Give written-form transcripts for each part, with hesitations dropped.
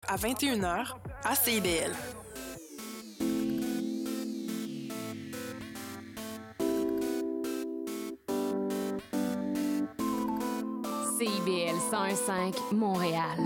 à 21h à CIBL. CIBL 101.5 Montréal.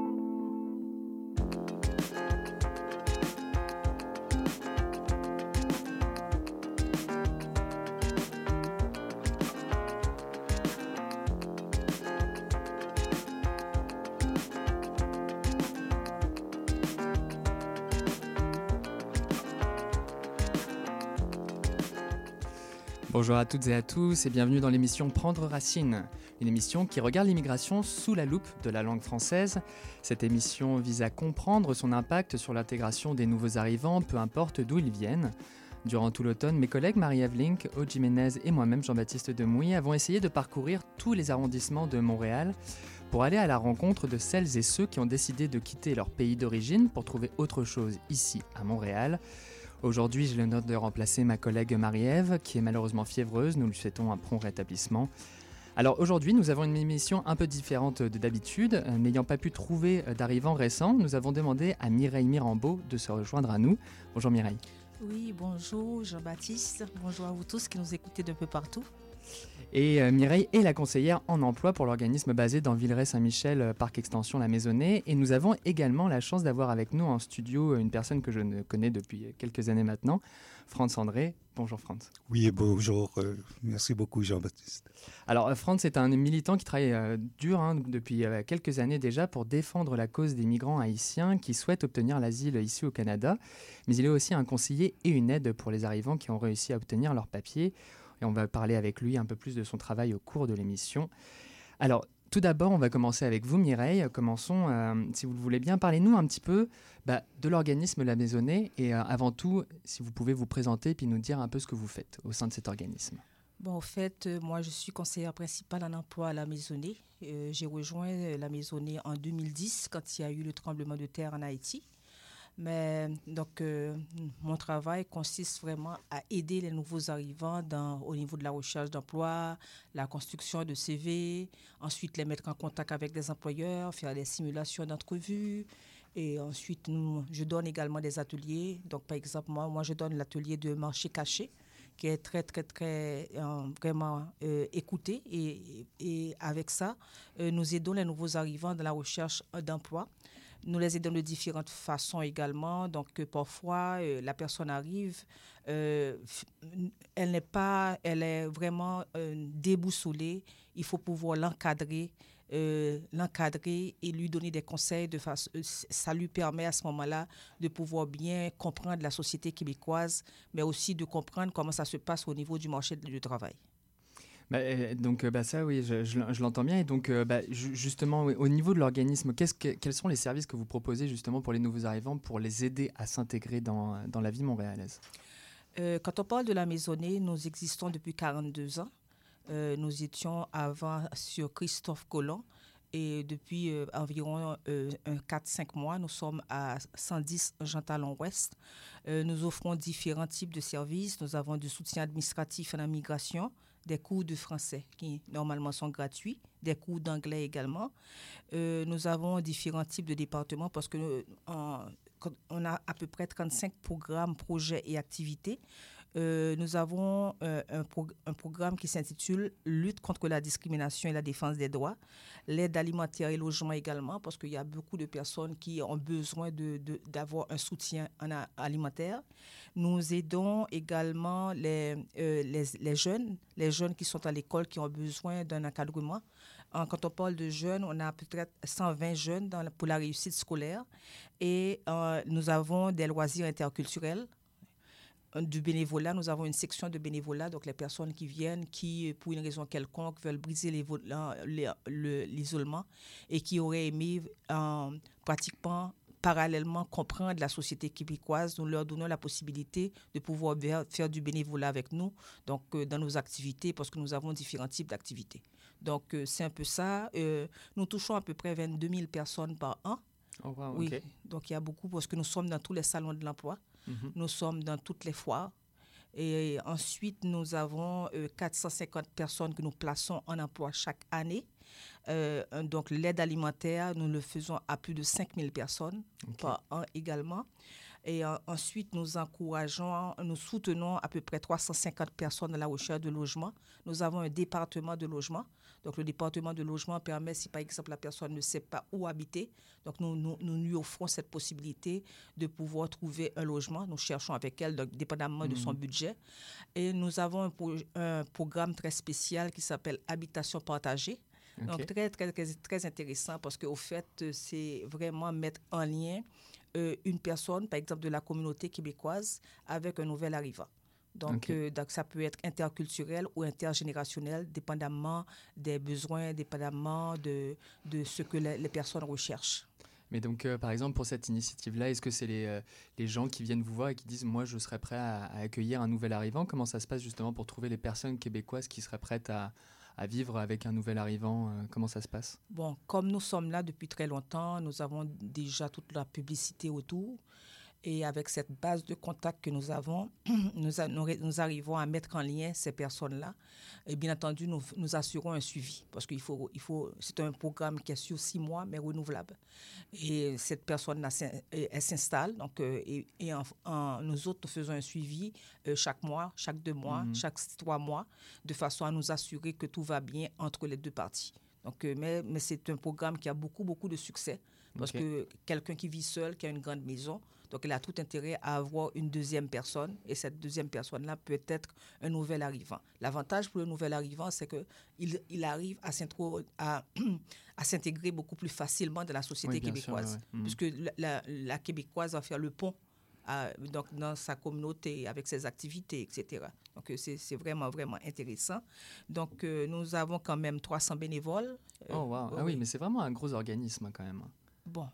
Bonjour à toutes et à tous et bienvenue dans l'émission Prendre Racine, une émission qui regarde l'immigration sous la loupe de la langue française. Cette émission vise à comprendre son impact sur l'intégration des nouveaux arrivants, peu importe d'où ils viennent. Durant tout l'automne, mes collègues Marie-Ève Link, Aude Jiménez et moi-même Jean-Baptiste Demouy avons essayé de parcourir tous les arrondissements de Montréal pour aller à la rencontre de celles et ceux qui ont décidé de quitter leur pays d'origine pour trouver autre chose ici à Montréal. Aujourd'hui, j'ai l'honneur de remplacer ma collègue Marie-Ève, qui est malheureusement fiévreuse. Nous lui souhaitons un prompt rétablissement. Alors aujourd'hui, nous avons une émission un peu différente de d'habitude. N'ayant pas pu trouver d'arrivants récents, nous avons demandé à Mireille Mirambeau de se rejoindre à nous. Bonjour Mireille. Oui, bonjour Jean-Baptiste. Bonjour à vous tous qui nous écoutez d'un peu partout. Et Mireille est la conseillère en emploi pour l'organisme basé dans Villeray-Saint-Michel, Parc Extension La Maisonnée. Et nous avons également la chance d'avoir avec nous en studio une personne que je ne connais depuis quelques années maintenant, Franz André. Bonjour Franz. Oui, bonjour. Merci beaucoup Jean-Baptiste. Alors Franz est un militant qui travaille dur depuis quelques années déjà pour défendre la cause des migrants haïtiens qui souhaitent obtenir l'asile ici au Canada. Mais il est aussi un conseiller et une aide pour les arrivants qui ont réussi à obtenir leurs papiers. Et on va parler avec lui un peu plus de son travail au cours de l'émission. Alors, tout d'abord, on va commencer avec vous, Mireille. Commençons, si vous le voulez bien, parlez-nous un petit peu de l'organisme La Maisonnée. Et avant tout, si vous pouvez vous présenter puis nous dire un peu ce que vous faites au sein de cet organisme. Bon, en fait, moi, je suis conseillère principale en emploi à La Maisonnée. J'ai rejoint La Maisonnée en 2010, quand il y a eu le tremblement de terre en Haïti. Mais donc, mon travail consiste vraiment à aider les nouveaux arrivants au niveau de la recherche d'emploi, la construction de CV, ensuite les mettre en contact avec des employeurs, faire des simulations d'entrevues. Et ensuite, je donne également des ateliers. Donc, par exemple, moi je donne l'atelier de marché caché, qui est très vraiment écouté. Et avec ça, nous aidons les nouveaux arrivants dans la recherche d'emploi. Nous les aidons de différentes façons également. Donc, parfois, la personne arrive, elle est vraiment déboussolée. Il faut pouvoir l'encadrer et lui donner des conseils. Ça lui permet à ce moment-là de pouvoir bien comprendre la société québécoise, mais aussi de comprendre comment ça se passe au niveau du marché du travail. Ça, oui, je l'entends bien. Et donc, justement, au niveau de l'organisme, quels sont les services que vous proposez justement pour les nouveaux arrivants, pour les aider à s'intégrer dans la vie montréalaise? Quand on parle de La Maisonnée, nous existons depuis 42 ans. Nous étions avant sur Christophe Colomb. Et depuis environ 4-5 mois, nous sommes à 110 Jean Talon Ouest. Nous offrons différents types de services. Nous avons du soutien administratif à la migration, des cours de français qui normalement sont gratuits, des cours d'anglais également. Nous avons différents types de départements parce que on a à peu près 35 programmes, projets et activités. Nous avons un programme qui s'intitule « Lutte contre la discrimination et la défense des droits », l'aide alimentaire et logement également, parce qu'il y a beaucoup de personnes qui ont besoin d'avoir un soutien alimentaire. Nous aidons également les jeunes qui sont à l'école, qui ont besoin d'un encadrement. Quand on parle de jeunes, on a peut-être 120 jeunes pour la réussite scolaire. Et nous avons des loisirs interculturels. Du bénévolat, nous avons une section de bénévolat, donc les personnes qui viennent, qui, pour une raison quelconque, veulent briser l'isolement et qui auraient aimé pratiquement parallèlement comprendre la société québécoise. Nous leur donnons la possibilité de pouvoir faire du bénévolat avec nous, donc dans nos activités, parce que nous avons différents types d'activités. Donc, c'est un peu ça. Nous touchons à peu près 22 000 personnes par an. Oh, wow, oui, okay. Donc il y a beaucoup parce que nous sommes dans tous les salons de l'emploi, nous sommes dans toutes les foires. Et ensuite, nous avons 450 personnes que nous plaçons en emploi chaque année. Donc, l'aide alimentaire, nous le faisons à plus de 5000 personnes par an également. Et ensuite, nous soutenons à peu près 350 personnes dans la recherche de logement. Nous avons un département de logement. Donc, le département de logement permet, si par exemple la personne ne sait pas où habiter, donc nous lui offrons cette possibilité de pouvoir trouver un logement. Nous cherchons avec elle, donc, dépendamment de son budget. Et nous avons un programme très spécial qui s'appelle Habitation partagée. Donc, très, très, très, très intéressant parce qu'au fait, c'est vraiment mettre en lien une personne, par exemple, de la communauté québécoise avec un nouvel arrivant. Donc, donc, ça peut être interculturel ou intergénérationnel, dépendamment des besoins, dépendamment de ce que les personnes recherchent. Mais donc, par exemple, pour cette initiative-là, est-ce que c'est les gens qui viennent vous voir et qui disent « Moi, je serais prêt à accueillir un nouvel arrivant » Comment ça se passe justement pour trouver les personnes québécoises qui seraient prêtes à vivre avec un nouvel arrivant? Comment ça se passe? Bon, comme nous sommes là depuis très longtemps, nous avons déjà toute la publicité autour. Et avec cette base de contact que nous avons, nous arrivons à mettre en lien ces personnes-là. Et bien entendu, nous assurons un suivi parce c'est un programme qui est sur 6 mois, mais renouvelable. Et cette personne-là, elle s'installe. Donc, nous autres, nous faisons un suivi chaque mois, chaque 2 mois, chaque 3 mois, de façon à nous assurer que tout va bien entre les deux parties. Donc, mais c'est un programme qui a beaucoup, beaucoup de succès parce que quelqu'un qui vit seul, qui a une grande maison, donc il a tout intérêt à avoir une deuxième personne et cette deuxième personne-là peut être un nouvel arrivant. L'avantage pour le nouvel arrivant, c'est qu'il arrive à s'intégrer beaucoup plus facilement dans la société québécoise, puisque la Québécoise va faire le pont donc dans sa communauté avec ses activités, etc. Donc, c'est vraiment, vraiment intéressant. Donc, nous avons quand même 300 bénévoles. Oh, wow. Ah oui, mais c'est vraiment un gros organisme quand même. Bon.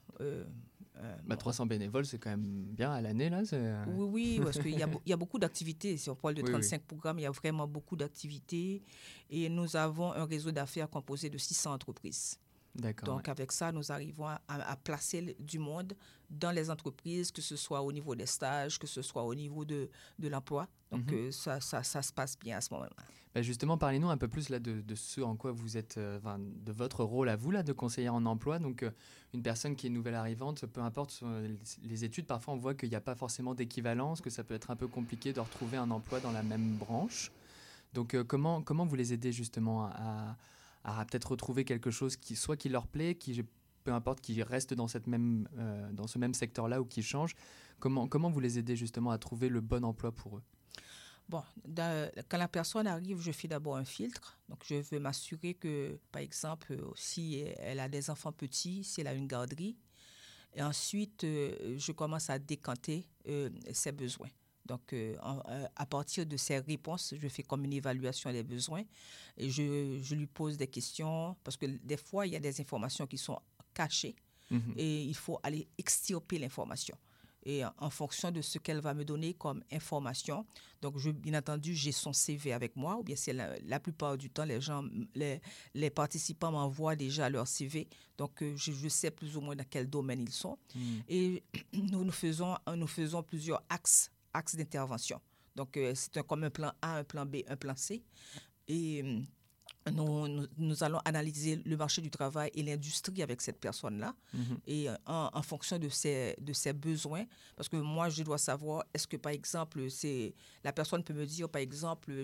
300 bénévoles, c'est quand même bien à l'année, là. Oui, parce qu'il y a beaucoup d'activités. Si on parle de 35 programmes, il y a vraiment beaucoup d'activités. Et nous avons un réseau d'affaires composé de 600 entreprises. D'accord. Donc, avec ça, nous arrivons à placer du monde dans les entreprises, que ce soit au niveau des stages, que ce soit au niveau de l'emploi. Donc, ça se passe bien à ce moment-là. Justement, parlez-nous un peu plus là, de ce en quoi vous êtes, de votre rôle à vous, là, de conseillère en emploi. Donc, une personne qui est nouvelle arrivante, peu importe les études, parfois on voit qu'il n'y a pas forcément d'équivalence, que ça peut être un peu compliqué de retrouver un emploi dans la même branche. Donc, comment vous les aidez justement à peut-être retrouver quelque chose qui leur plaît, peu importe, qui reste dans ce même secteur-là ou qui change. Comment vous les aidez justement à trouver le bon emploi pour eux? Bon, quand la personne arrive, je fais d'abord un filtre. Donc, je veux m'assurer que, par exemple, si elle a des enfants petits, si elle a une garderie, et ensuite, je commence à décanter ses besoins. Donc, à partir de ces réponses, je fais comme une évaluation des besoins et je lui pose des questions parce que des fois, il y a des informations qui sont cachées et il faut aller extirper l'information. Et en fonction de ce qu'elle va me donner comme information, donc bien entendu, j'ai son CV avec moi, ou bien c'est la plupart du temps, les participants m'envoient déjà leur CV, donc je sais plus ou moins dans quel domaine ils sont. Et nous faisons plusieurs axes d'intervention. Donc, c'est comme un plan A, un plan B, un plan C. Et nous allons analyser le marché du travail et l'industrie avec cette personne-là et en fonction de ses besoins. Parce que moi, je dois savoir, est-ce que, par exemple, la personne peut me dire, par exemple,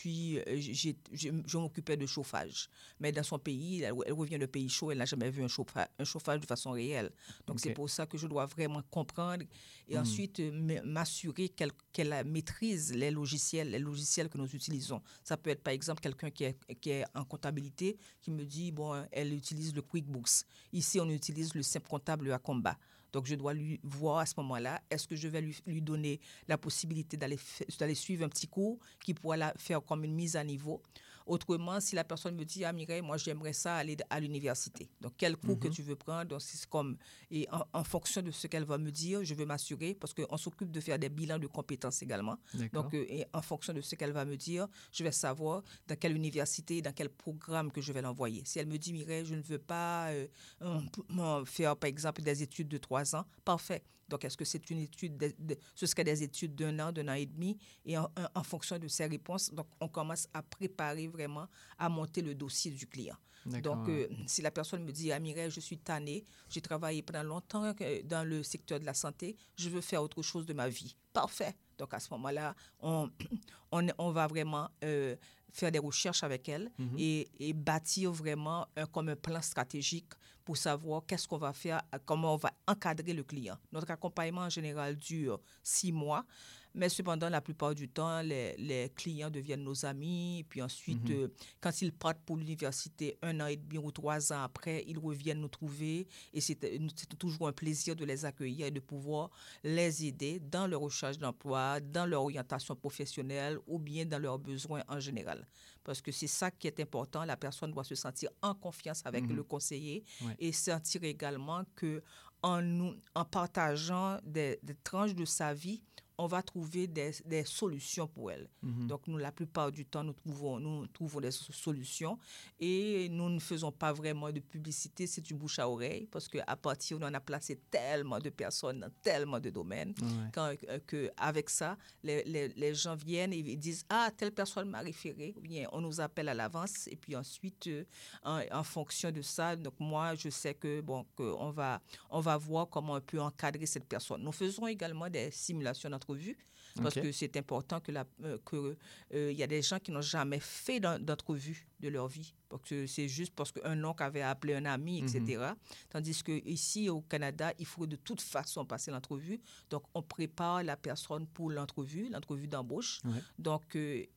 je m'occupais de chauffage. Mais dans son pays, elle revient de pays chaud, elle n'a jamais vu un chauffage de façon réelle. Donc, c'est pour ça que je dois vraiment comprendre et ensuite m'assurer qu'elle maîtrise les logiciels que nous utilisons. Ça peut être, par exemple, quelqu'un qui est en comptabilité qui me dit, bon, elle utilise le QuickBooks. Ici, on utilise le simple comptable, le Acomba. Donc, je dois lui voir à ce moment-là, est-ce que je vais lui donner la possibilité d'aller suivre un petit cours qui pourra la faire comme une mise à niveau. Autrement, si la personne me dit, ah Mireille, moi j'aimerais ça aller à l'université. Donc, quel cours que tu veux prendre? Donc, c'est comme, et en fonction de ce qu'elle va me dire, je veux m'assurer, parce qu'on s'occupe de faire des bilans de compétences également. Donc, et en fonction de ce qu'elle va me dire, je vais savoir dans quelle université, dans quel programme que je vais l'envoyer. Si elle me dit, Mireille, je ne veux pas faire, par exemple, des études de 3 ans, parfait. Donc, est-ce que c'est une étude, ce serait des études d'1 an, d'1 an et demi, et en fonction de ces réponses, donc on commence à préparer vraiment vraiment à monter le dossier du client. D'accord, Donc, si la personne me dit, Mireille, je suis tannée, j'ai travaillé pendant longtemps dans le secteur de la santé, je veux faire autre chose de ma vie. Parfait. Donc, à ce moment-là, on va vraiment faire des recherches avec elle et bâtir vraiment comme un plan stratégique pour savoir qu'est-ce qu'on va faire, comment on va encadrer le client. Notre accompagnement en général dure 6 mois, mais cependant, la plupart du temps, les clients deviennent nos amis. Et puis ensuite, quand ils partent pour l'université 1 an et demi ou 3 ans après, ils reviennent nous trouver. Et c'est toujours un plaisir de les accueillir et de pouvoir les aider dans leur recherche d'emploi, dans leur orientation professionnelle ou bien dans leurs besoins en général. Parce que c'est ça qui est important. La personne doit se sentir en confiance avec le conseiller et sentir également qu'en partageant des tranches de sa vie, on va trouver des solutions pour elle. Donc, nous, la plupart du temps, nous trouvons des solutions et nous ne faisons pas vraiment de publicité, c'est du bouche à oreille parce qu'à partir d'où on a placé tellement de personnes dans tellement de domaines qu'avec ça, les gens viennent et disent « Ah, telle personne m'a référé » ou bien on nous appelle à l'avance et puis ensuite, en fonction de ça, donc moi, je sais qu'on va voir comment on peut encadrer cette personne. Nous faisons également des simulations d'entrevue parce que c'est important que y a des gens qui n'ont jamais fait d'entrevue de leur vie. Parce que c'est juste parce qu'un oncle avait appelé un ami, etc. Tandis qu'ici, au Canada, il faut de toute façon passer l'entrevue. Donc, on prépare la personne pour l'entrevue d'embauche. Donc,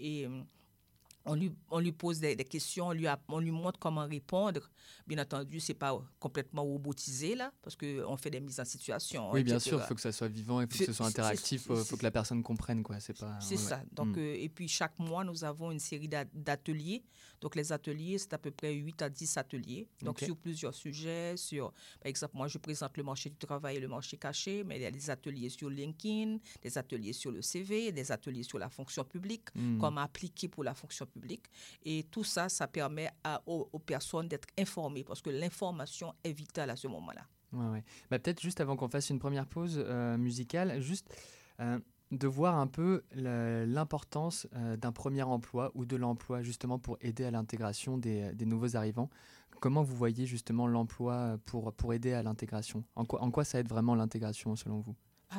on lui pose des questions, on lui montre comment répondre. Bien entendu, ce n'est pas complètement robotisé, là, parce qu'on fait des mises en situation. Oui, bien sûr, il faut que ça soit vivant, il faut que ce soit interactif, il faut que la personne comprenne. C'est ça. Donc, et puis, chaque mois, nous avons une série d'ateliers. Donc, les ateliers, c'est à peu près 8 à 10 ateliers. Donc, sur plusieurs sujets. Par exemple, moi, je présente le marché du travail et le marché caché, mais il y a des ateliers sur LinkedIn, des ateliers sur le CV, des ateliers sur la fonction publique, comment appliquer pour la fonction public. Et tout ça, ça permet aux personnes d'être informées parce que l'information est vitale à ce moment-là. Peut-être juste avant qu'on fasse une première pause musicale, juste de voir un peu l'importance d'un premier emploi ou de l'emploi justement pour aider à l'intégration des nouveaux arrivants. Comment vous voyez justement l'emploi pour aider à l'intégration ? En quoi ça aide vraiment l'intégration selon vous ?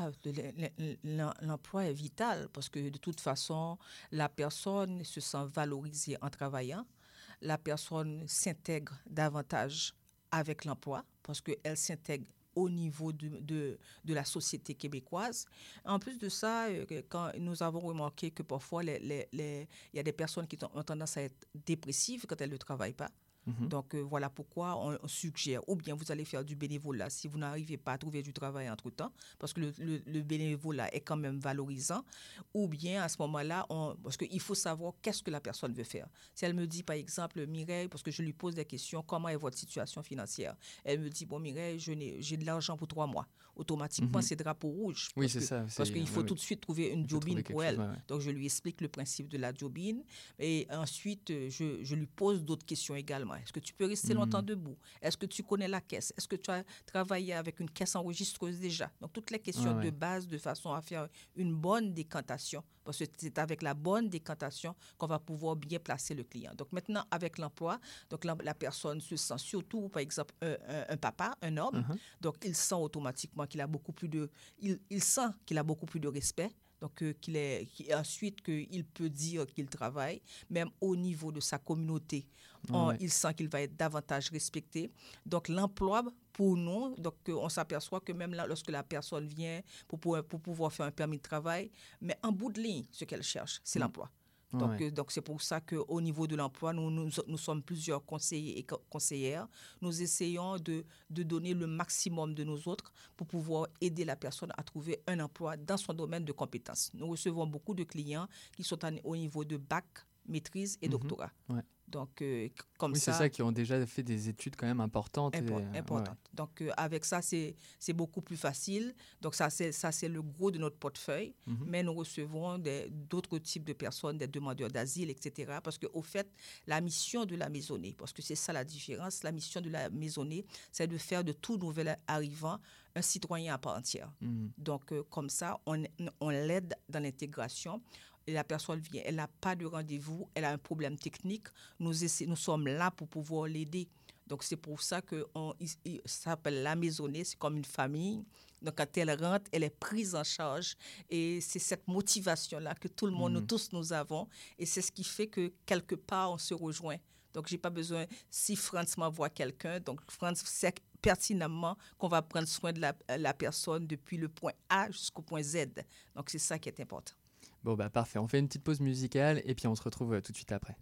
L'emploi est vital parce que de toute façon, la personne se sent valorisée en travaillant. La personne s'intègre davantage avec l'emploi parce qu'elle s'intègre au niveau de la société québécoise. En plus de ça, quand nous avons remarqué que parfois, il y a des personnes qui ont tendance à être dépressives quand elles ne travaillent pas. Donc, voilà pourquoi on suggère, ou bien vous allez faire du bénévolat si vous n'arrivez pas à trouver du travail entre-temps, parce que le bénévolat est quand même valorisant, ou bien à ce moment-là, parce qu'il faut savoir qu'est-ce que la personne veut faire. Si elle me dit, par exemple, Mireille, parce que je lui pose des questions, comment est votre situation financière? Elle me dit, bon, Mireille, j'ai de l'argent pour 3 mois. Automatiquement, c'est drapeau rouge. Oui, c'est ça. Parce qu'il faut tout de suite trouver une jobine pour elle. Donc, je lui explique le principe de la jobine, et ensuite, je lui pose d'autres questions également. Est-ce que tu peux rester longtemps debout? Est-ce que tu connais la caisse? Est-ce que tu as travaillé avec une caisse enregistreuse déjà? Donc, toutes les questions de base de façon à faire une bonne décantation. Parce que c'est avec la bonne décantation qu'on va pouvoir bien placer le client. Donc, maintenant, avec l'emploi, donc la personne se sent surtout, par exemple, un papa, un homme. Donc, il sent automatiquement qu'il a beaucoup plus de... Il sent qu'il a beaucoup plus de respect. Donc, ensuite, qu'il peut dire qu'il travaille, même au niveau de sa communauté. Il sent qu'il va être davantage respecté. Donc, l'emploi, pour nous, donc, on s'aperçoit que même là, lorsque la personne vient pour pouvoir faire un permis de travail, mais en bout de ligne, ce qu'elle cherche, c'est l'emploi. Donc, c'est pour ça qu'au niveau de l'emploi, nous sommes plusieurs conseillers et conseillères. Nous essayons de donner le maximum de nos autres pour pouvoir aider la personne à trouver un emploi dans son domaine de compétences. Nous recevons beaucoup de clients qui sont au niveau de bac, maîtrise et doctorat. Donc, comme ça... c'est ça, qui ont déjà fait des études quand même importantes. Importantes. Donc, avec ça, c'est beaucoup plus facile. Donc, ça, c'est le gros de notre portefeuille. Mais nous recevons d'autres types de personnes, des demandeurs d'asile, etc. Parce qu'au fait, la mission de la maisonnée, parce que c'est ça la différence, la mission de la maisonnée, c'est de faire de tout nouvel arrivant un citoyen à part entière. Donc, comme ça, on l'aide dans l'intégration. et la personne vient, elle n'a pas de rendez-vous, elle a un problème technique, nous sommes là pour pouvoir l'aider. Donc, c'est pour ça que ça s'appelle la maisonnée, c'est comme une famille. Donc, quand elle rentre, elle est prise en charge. Et c'est cette motivation-là que tout le monde, nous tous, nous avons. Et c'est ce qui fait que, quelque part, on se rejoint. Donc, je n'ai pas besoin, si Franz m'envoie quelqu'un, donc Franz sait pertinemment qu'on va prendre soin de la personne depuis le point A jusqu'au point Z. Donc, c'est ça qui est important. Bon, bah parfait. On fait une petite pause musicale et puis on se retrouve tout de suite après.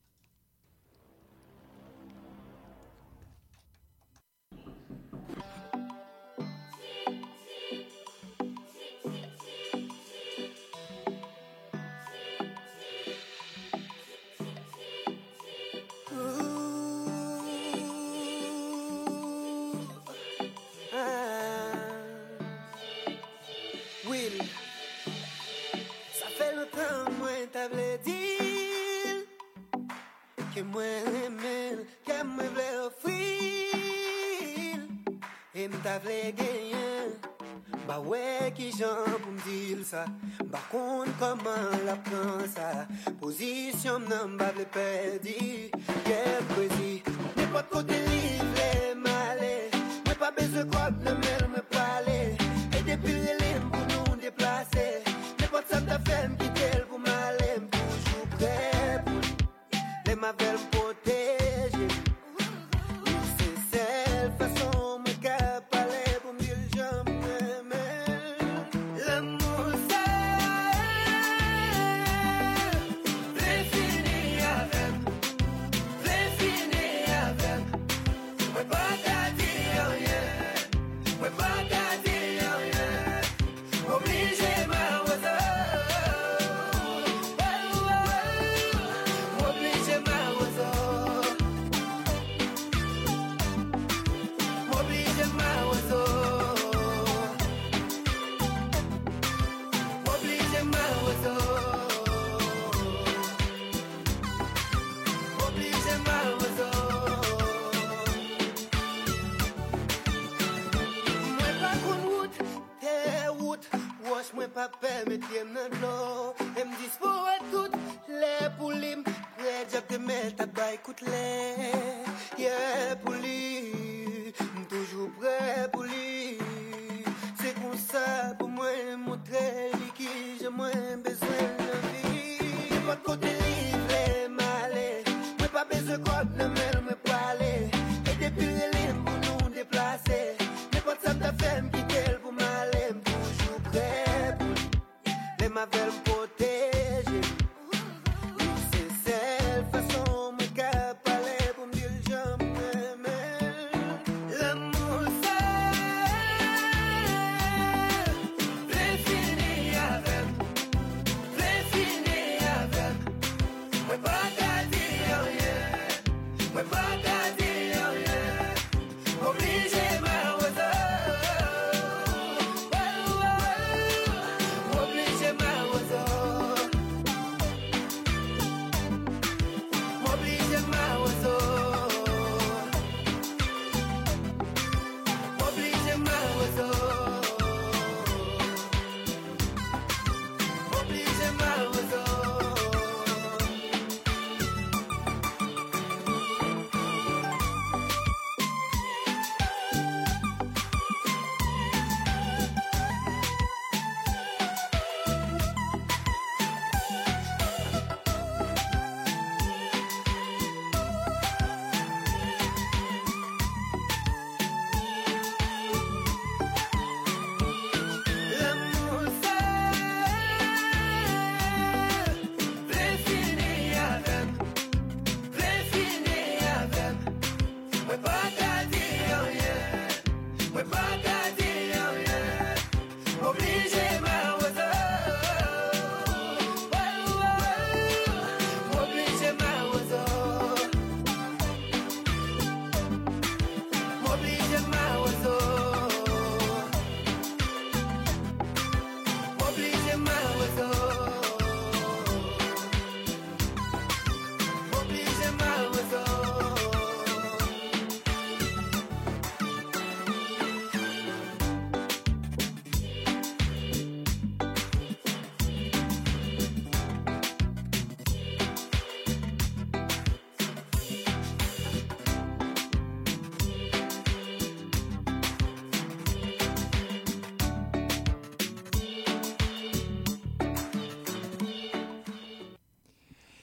Ba kon koman la pran sa Posisyon nan ba vle perdi Gen prezi Nepot kote li vle male Mwen pa beze kop nan men mwen pale E depi relem pou nou deplase Nepot sa ta fem kitel pou male Toujou pre pou Le mavel proteje Se sel fason mwen ka pale Pou mil jam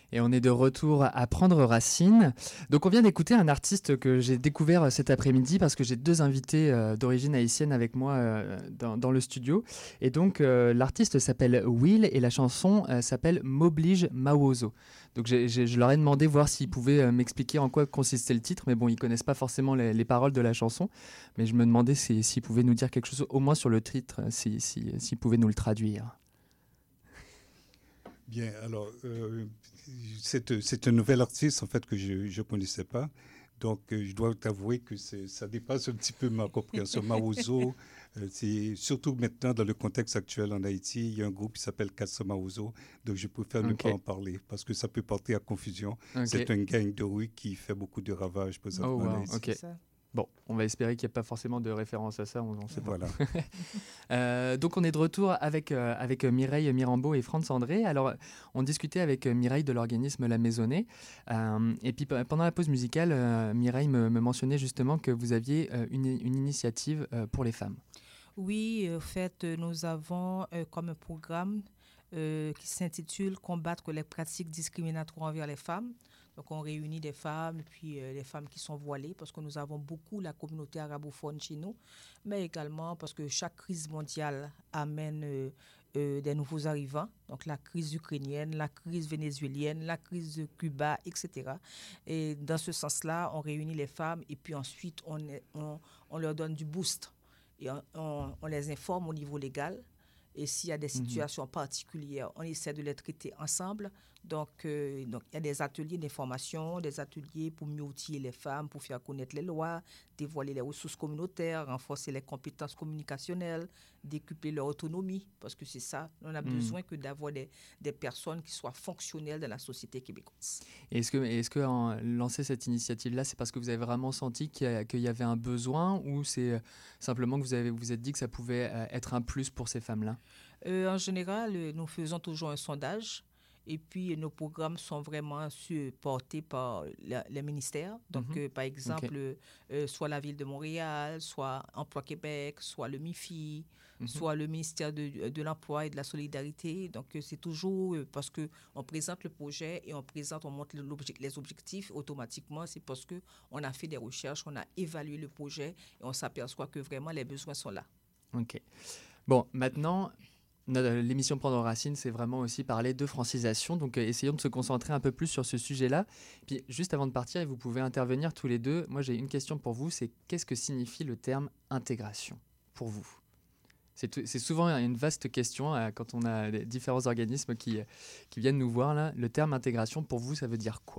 Et on est de retour à Prendre Racine. Donc on vient d'écouter un artiste que j'ai découvert cet après-midi parce que j'ai 2 invités d'origine haïtienne avec moi dans le studio. Et donc l'artiste s'appelle Will et la chanson s'appelle M'oblige Mawozo. Donc je leur ai demandé voir s'ils pouvaient m'expliquer en quoi consistait le titre. Mais bon, ils connaissent pas forcément les paroles de la chanson. Mais je me demandais s'ils pouvaient nous dire quelque chose au moins sur le titre, s'ils pouvaient nous le traduire. Bien, alors, c'est un nouvel artiste, en fait, que je ne connaissais pas. Donc, je dois t'avouer que ça dépasse un petit peu ma compréhension. Mawozo, c'est surtout maintenant, dans le contexte actuel en Haïti, il y a un groupe qui s'appelle Casa Mawozo. Donc, je préfère ne pas en parler parce que ça peut porter à confusion. Okay. C'est un gang de rue qui fait beaucoup de ravages présentement en Haïti. Okay. Bon, on va espérer qu'il n'y ait pas forcément de référence à ça, on ne sait pas. Voilà. Donc on est de retour avec Mireille Mirambeau et Franz André. Alors on discutait avec Mireille de l'organisme La Maisonnée. Et puis pendant la pause musicale, Mireille me mentionnait justement que vous aviez une initiative pour les femmes. Oui, en fait, nous avons comme un programme qui s'intitule « Combattre les pratiques discriminatoires envers les femmes ». Donc, on réunit des femmes, et puis les femmes qui sont voilées, parce que nous avons beaucoup la communauté arabophone chez nous, mais également parce que chaque crise mondiale amène des nouveaux arrivants. Donc, la crise ukrainienne, la crise vénézuélienne, la crise de Cuba, etc. Et dans ce sens-là, on réunit les femmes et puis ensuite, on leur donne du boost. Et on les informe au niveau légal. Et s'il y a des situations particulières, on essaie de les traiter ensemble. Donc, il y a des ateliers d'information, des ateliers pour mieux outiller les femmes, pour faire connaître les lois, dévoiler les ressources communautaires, renforcer les compétences communicationnelles, décupler leur autonomie, parce que c'est ça, on a besoin que d'avoir des personnes qui soient fonctionnelles dans la société québécoise. Et est-ce que en lancer cette initiative-là, c'est parce que vous avez vraiment senti qu'il y avait un besoin ou c'est simplement que vous êtes dit que ça pouvait être un plus pour ces femmes-là? En général, nous faisons toujours un sondage. Et puis, nos programmes sont vraiment portés par les ministères. Donc, par exemple, soit la Ville de Montréal, soit Emploi Québec, soit le MIFI, soit le ministère de l'Emploi et de la Solidarité. Donc, c'est toujours parce qu'on présente le projet et on montre les objectifs. Automatiquement, c'est parce qu'on a fait des recherches, on a évalué le projet et on s'aperçoit que vraiment les besoins sont là. OK. Bon, maintenant... L'émission Prendre Racine, c'est vraiment aussi parler de francisation. Donc, essayons de se concentrer un peu plus sur ce sujet-là. Puis, juste avant de partir, et vous pouvez intervenir tous les deux, moi, j'ai une question pour vous. C'est qu'est-ce que signifie le terme intégration pour vous ? C'est souvent une vaste question quand on a différents organismes qui viennent nous voir. Là. Le terme intégration, pour vous, ça veut dire quoi ?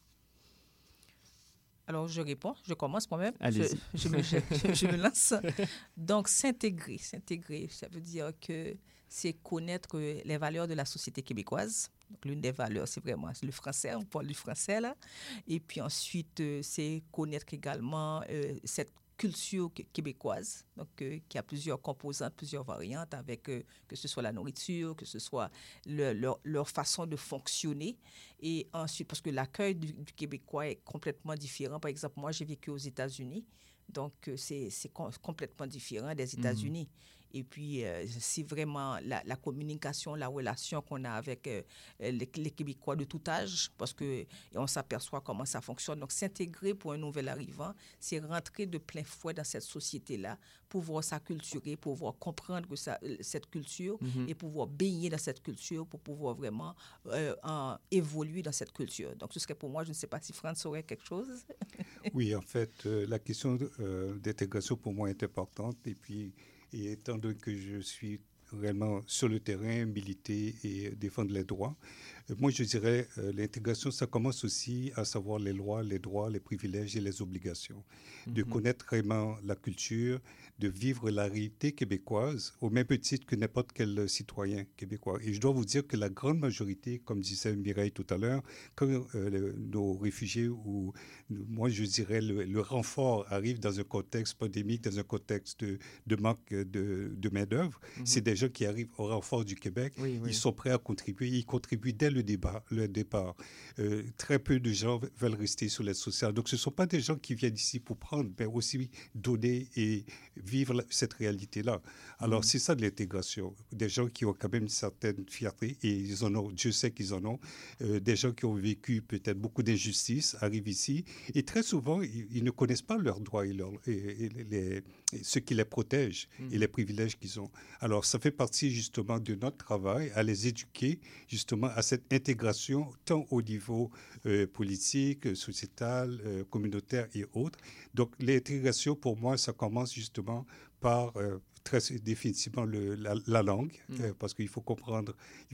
Alors, je réponds. Je commence moi-même. Allez-y. Je me lance. Donc, s'intégrer, ça veut dire que c'est connaître les valeurs de la société québécoise. Donc, l'une des valeurs, c'est vraiment le français, on parle du français là. Et puis ensuite, c'est connaître également cette culture québécoise, donc qui a plusieurs composantes, plusieurs variantes, avec que ce soit la nourriture, que ce soit leur façon de fonctionner. Et ensuite, parce que l'accueil du Québécois est complètement différent. Par exemple, moi, j'ai vécu aux États-Unis, donc c'est complètement différent des États-Unis. Et puis, c'est vraiment la communication, la relation qu'on a avec les Québécois de tout âge, parce qu'on s'aperçoit comment ça fonctionne. Donc, s'intégrer pour un nouvel arrivant, c'est rentrer de plein fouet dans cette société-là, pouvoir s'acculturer, pouvoir comprendre cette culture et pouvoir baigner dans cette culture pour pouvoir vraiment évoluer dans cette culture. Donc, ce serait pour moi, je ne sais pas si Franz aurait quelque chose. Oui, en fait, la question d'intégration pour moi est importante. Et étant donné que je suis réellement sur le terrain, militer et défendre les droits, moi je dirais l'intégration, ça commence aussi à savoir les lois, les droits, les privilèges et les obligations. De connaître vraiment la culture, de vivre la réalité québécoise au même titre que n'importe quel citoyen québécois. Et je dois vous dire que la grande majorité, comme disait Mireille tout à l'heure, quand nos réfugiés ou moi je dirais le renfort arrive dans un contexte pandémique, dans un contexte de manque de main-d'œuvre, c'est des gens qui arrivent au renfort du Québec, ils sont prêts à contribuer, ils contribuent dès le le départ. Très peu de gens veulent rester sur l'aide sociale. Donc, ce ne sont pas des gens qui viennent ici pour prendre, mais aussi donner et vivre cette réalité-là. Alors, c'est ça de l'intégration. Des gens qui ont quand même une certaine fierté, et ils en ont, Dieu sait qu'ils en ont. Des gens qui ont vécu peut-être beaucoup d'injustices arrivent ici, et très souvent, ils ne connaissent pas leurs droits et ce qui les protège et les privilèges qu'ils ont. Alors, ça fait partie justement de notre travail à les éduquer justement à cette intégration tant au niveau politique, sociétal, communautaire et autres. Donc, l'intégration, pour moi, ça commence justement par très définitivement la langue, parce qu'il faut comprendre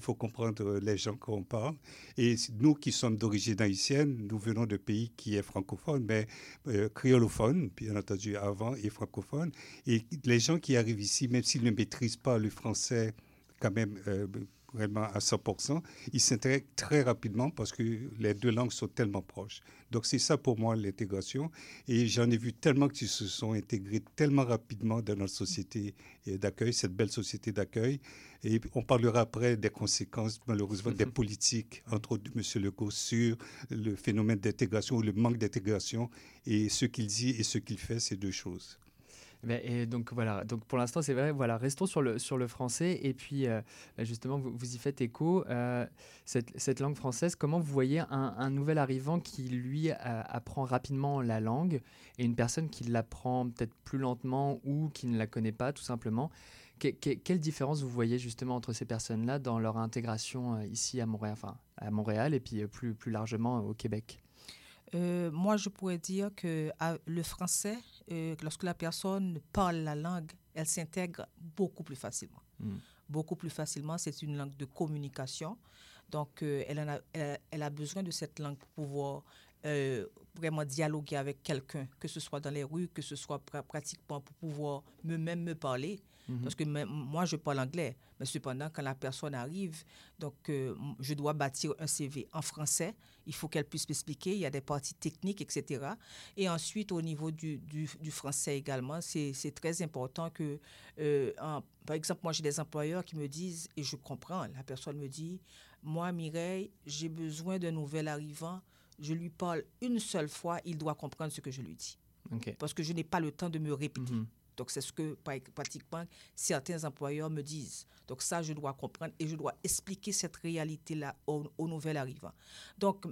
les gens qu'on parle. Et nous qui sommes d'origine haïtienne, nous venons de pays qui est francophone, mais créolophone, bien entendu, avant, et francophone. Et les gens qui arrivent ici, même s'ils ne maîtrisent pas le français quand même vraiment à 100%, ils s'intègrent très rapidement parce que les deux langues sont tellement proches. Donc, c'est ça pour moi l'intégration. Et j'en ai vu tellement qui se sont intégrés tellement rapidement dans notre société d'accueil, cette belle société d'accueil. Et on parlera après des conséquences, malheureusement, des politiques, entre autres de M. Legault, sur le phénomène d'intégration ou le manque d'intégration. Et ce qu'il dit et ce qu'il fait, c'est deux choses. Et donc voilà, donc pour l'instant c'est vrai, voilà, restons sur le français et puis justement vous y faites écho, cette langue française, comment vous voyez un nouvel arrivant qui lui apprend rapidement la langue et une personne qui l'apprend peut-être plus lentement ou qui ne la connaît pas tout simplement, quelle différence vous voyez justement entre ces personnes-là dans leur intégration ici à Montréal et puis plus largement au Québec? Moi, je pourrais dire que le français, lorsque la personne parle la langue, elle s'intègre beaucoup plus facilement. Beaucoup plus facilement, c'est une langue de communication. Donc, elle a besoin de cette langue pour pouvoir vraiment dialoguer avec quelqu'un, que ce soit dans les rues, que ce soit pratiquement pour pouvoir même me parler. Parce que moi, je parle anglais, mais cependant, quand la personne arrive, donc je dois bâtir un CV en français. Il faut qu'elle puisse m'expliquer. Il y a des parties techniques, etc. Et ensuite, au niveau du français également, c'est très important que, par exemple, moi, j'ai des employeurs qui me disent, et je comprends, la personne me dit, moi, Mireille, j'ai besoin d'un nouvel arrivant. Je lui parle une seule fois, il doit comprendre ce que je lui dis. Okay. Parce que je n'ai pas le temps de me répéter. Donc, c'est ce que pratiquement certains employeurs me disent. Donc, ça, je dois comprendre et je dois expliquer cette réalité-là au nouvel arrivant. Donc,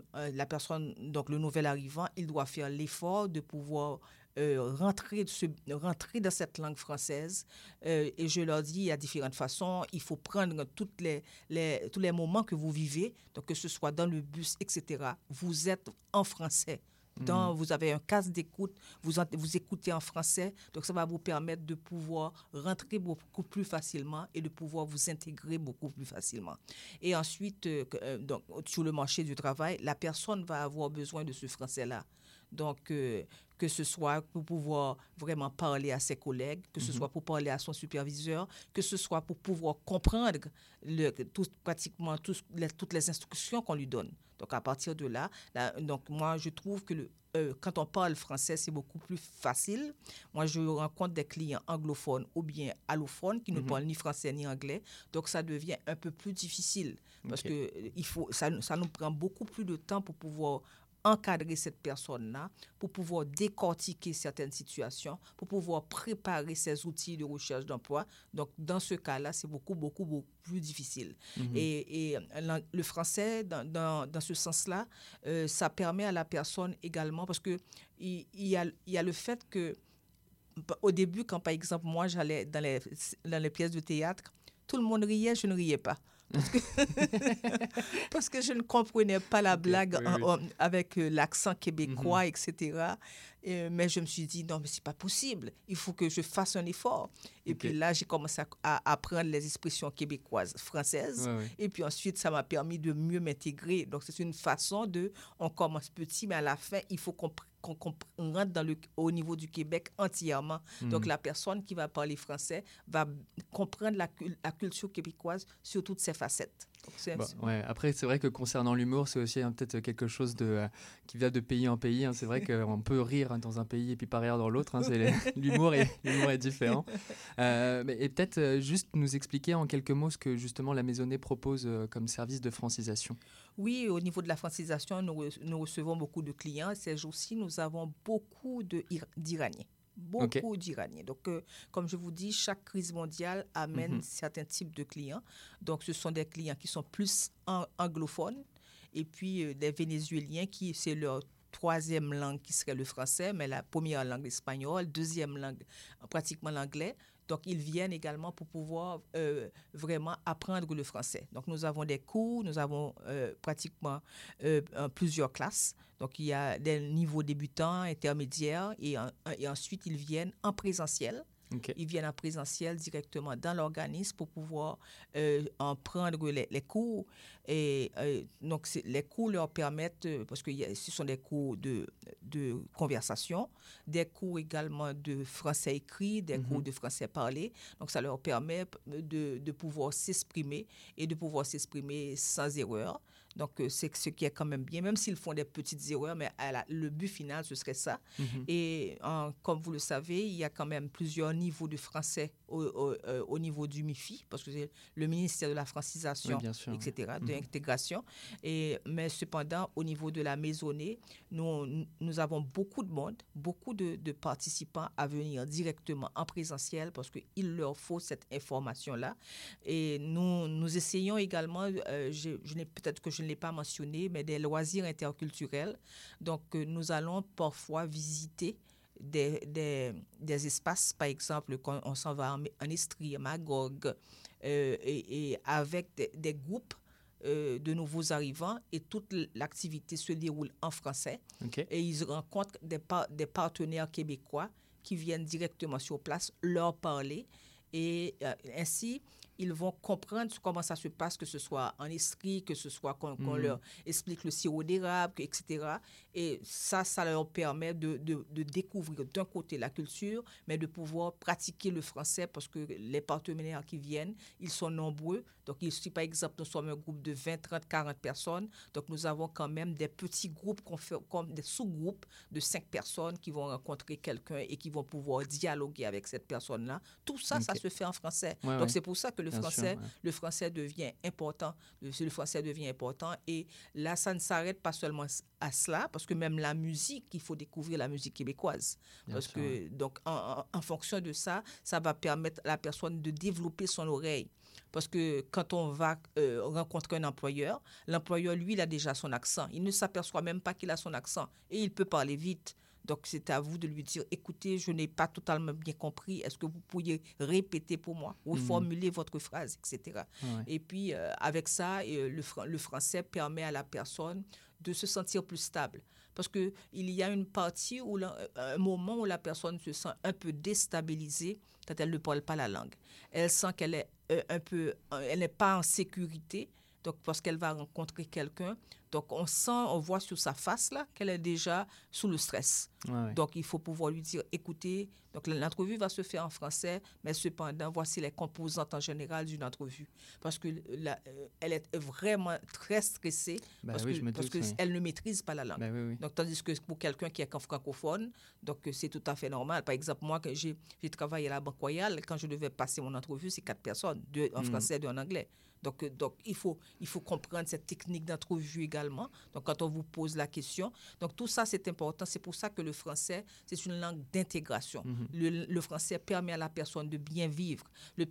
le nouvel arrivant, il doit faire l'effort de pouvoir rentrer dans cette langue française. Et je leur dis, il y a différentes façons. Il faut prendre tous les moments que vous vivez, donc que ce soit dans le bus, etc. Vous êtes en français. Vous avez un casque d'écoute, vous écoutez en français, donc ça va vous permettre de pouvoir rentrer beaucoup plus facilement et de pouvoir vous intégrer beaucoup plus facilement. Et ensuite, donc, sur le marché du travail, la personne va avoir besoin de ce français-là. Donc, que ce soit pour pouvoir vraiment parler à ses collègues, que ce soit pour parler à son superviseur, que ce soit pour pouvoir comprendre pratiquement toutes les instructions qu'on lui donne. Donc, à partir de là, donc moi, je trouve que quand on parle français, c'est beaucoup plus facile. Moi, je rencontre des clients anglophones ou bien allophones qui ne parlent ni français ni anglais. Donc, ça devient un peu plus difficile parce que ça nous prend beaucoup plus de temps pour pouvoir encadrer cette personne-là, pour pouvoir décortiquer certaines situations, pour pouvoir préparer ses outils de recherche d'emploi. Donc, dans ce cas-là, c'est beaucoup, beaucoup, beaucoup plus difficile. Et le français, dans ce sens-là, ça permet à la personne également, parce qu'il y a le fait que, au début, quand par exemple, moi, j'allais dans les pièces de théâtre, tout le monde riait, je ne riais pas. Parce que je ne comprenais pas la blague avec l'accent québécois, etc. Mais je me suis dit, non, mais c'est pas possible. Il faut que je fasse un effort. Et puis là, j'ai commencé à apprendre les expressions québécoises, françaises. Et puis ensuite, ça m'a permis de mieux m'intégrer. Donc, c'est une façon on commence petit, mais à la fin, il faut qu'on rentre au niveau du Québec entièrement. Donc, la personne qui va parler français va comprendre la culture québécoise sur toutes ses facettes. Ouais. Après, c'est vrai que concernant l'humour, c'est aussi peut-être quelque chose qui vient de pays en pays. C'est vrai qu'on peut rire dans un pays et puis pas rire dans l'autre. L'humour est différent. Et peut-être juste nous expliquer en quelques mots ce que justement la Maisonnée propose comme service de francisation. Oui, au niveau de la francisation, nous recevons beaucoup de clients. Ces jours-ci, nous avons beaucoup d'Iraniens. Beaucoup d'Iraniens. Donc, comme je vous dis, chaque crise mondiale amène certains types de clients. Donc, ce sont des clients qui sont plus anglophones et puis des Vénézuéliens qui, c'est leur troisième langue qui serait le français, mais la première langue l'espagnol, deuxième langue pratiquement l'anglais. Donc, ils viennent également pour pouvoir vraiment apprendre le français. Donc, nous avons des cours, nous avons pratiquement plusieurs classes. Donc, il y a des niveaux débutants, intermédiaires, et ensuite, ils viennent en présentiel. Ils viennent en présentiel directement dans l'organisme pour pouvoir en prendre les cours. Et donc, les cours leur permettent, parce que ce sont des cours de conversation, des cours également de français écrit, des cours de français parlé. Donc, ça leur permet de pouvoir s'exprimer et de pouvoir s'exprimer sans erreur. Donc, c'est ce qui est quand même bien, même s'ils font des petites erreurs, mais le but final, ce serait ça. Et comme vous le savez, il y a quand même plusieurs niveaux de français au niveau du MIFI, parce que c'est le ministère de la francisation, etc., de l'intégration. Mais cependant, au niveau de la Maisonnée, nous avons beaucoup de monde, beaucoup de participants à venir directement en présentiel, parce qu'il leur faut cette information-là. Et nous essayons également, peut-être que je ne l'ai pas mentionné, mais des loisirs interculturels. Donc, nous allons parfois visiter des espaces, par exemple, quand on s'en va en Estrie, à Magog, et avec des groupes de nouveaux arrivants, et toute l'activité se déroule en français. Et ils rencontrent des partenaires québécois qui viennent directement sur place leur parler, et ainsi ils vont comprendre comment ça se passe, que ce soit en Estrie, que ce soit qu'on leur explique le sirop d'érable, etc. Et ça leur permet de découvrir d'un côté la culture, mais de pouvoir pratiquer le français, parce que les partenaires qui viennent, ils sont nombreux. Donc, si par exemple, nous sommes un groupe de 20, 30, 40 personnes, donc nous avons quand même des petits groupes, comme des sous-groupes de 5 personnes qui vont rencontrer quelqu'un et qui vont pouvoir dialoguer avec cette personne-là. Tout ça, ça se fait en français. Donc, c'est pour ça que le français devient important. Le français devient important. Et là, ça ne s'arrête pas seulement à cela, parce que même la musique, il faut découvrir la musique québécoise. Donc, en fonction de ça, ça va permettre à la personne de développer son oreille. Parce que quand on va rencontrer un employeur, l'employeur, lui, il a déjà son accent. Il ne s'aperçoit même pas qu'il a son accent. Et il peut parler vite. Donc, c'est à vous de lui dire, écoutez, je n'ai pas totalement bien compris. Est-ce que vous pourriez répéter pour moi, reformuler votre phrase, etc. Et puis, avec ça, le français permet à la personne de se sentir plus stable. Parce qu'il y a une partie, un moment où la personne se sent un peu déstabilisée quand elle ne parle pas la langue. Elle sent qu'elle est elle n'est pas en sécurité, donc parce qu'elle va rencontrer quelqu'un. Donc, on voit sur sa face là qu'elle est déjà sous le stress. Donc, il faut pouvoir lui dire, écoutez, donc l'entrevue va se faire en français, mais cependant, voici les composantes en général d'une entrevue. Parce qu'elle est vraiment très stressée, parce qu'elle ne maîtrise pas la langue. Donc, tandis que pour quelqu'un qui est francophone, donc c'est tout à fait normal. Par exemple, moi, quand j'ai travaillé à la Banque Royale, quand je devais passer mon entrevue, c'est 4 personnes, 2 en français, 2 en anglais. Donc il faut comprendre cette technique d'entrevue également. Donc, quand on vous pose la question. Donc, tout ça, c'est important. C'est pour ça que le français, c'est une langue d'intégration. Le français permet à la personne de bien vivre.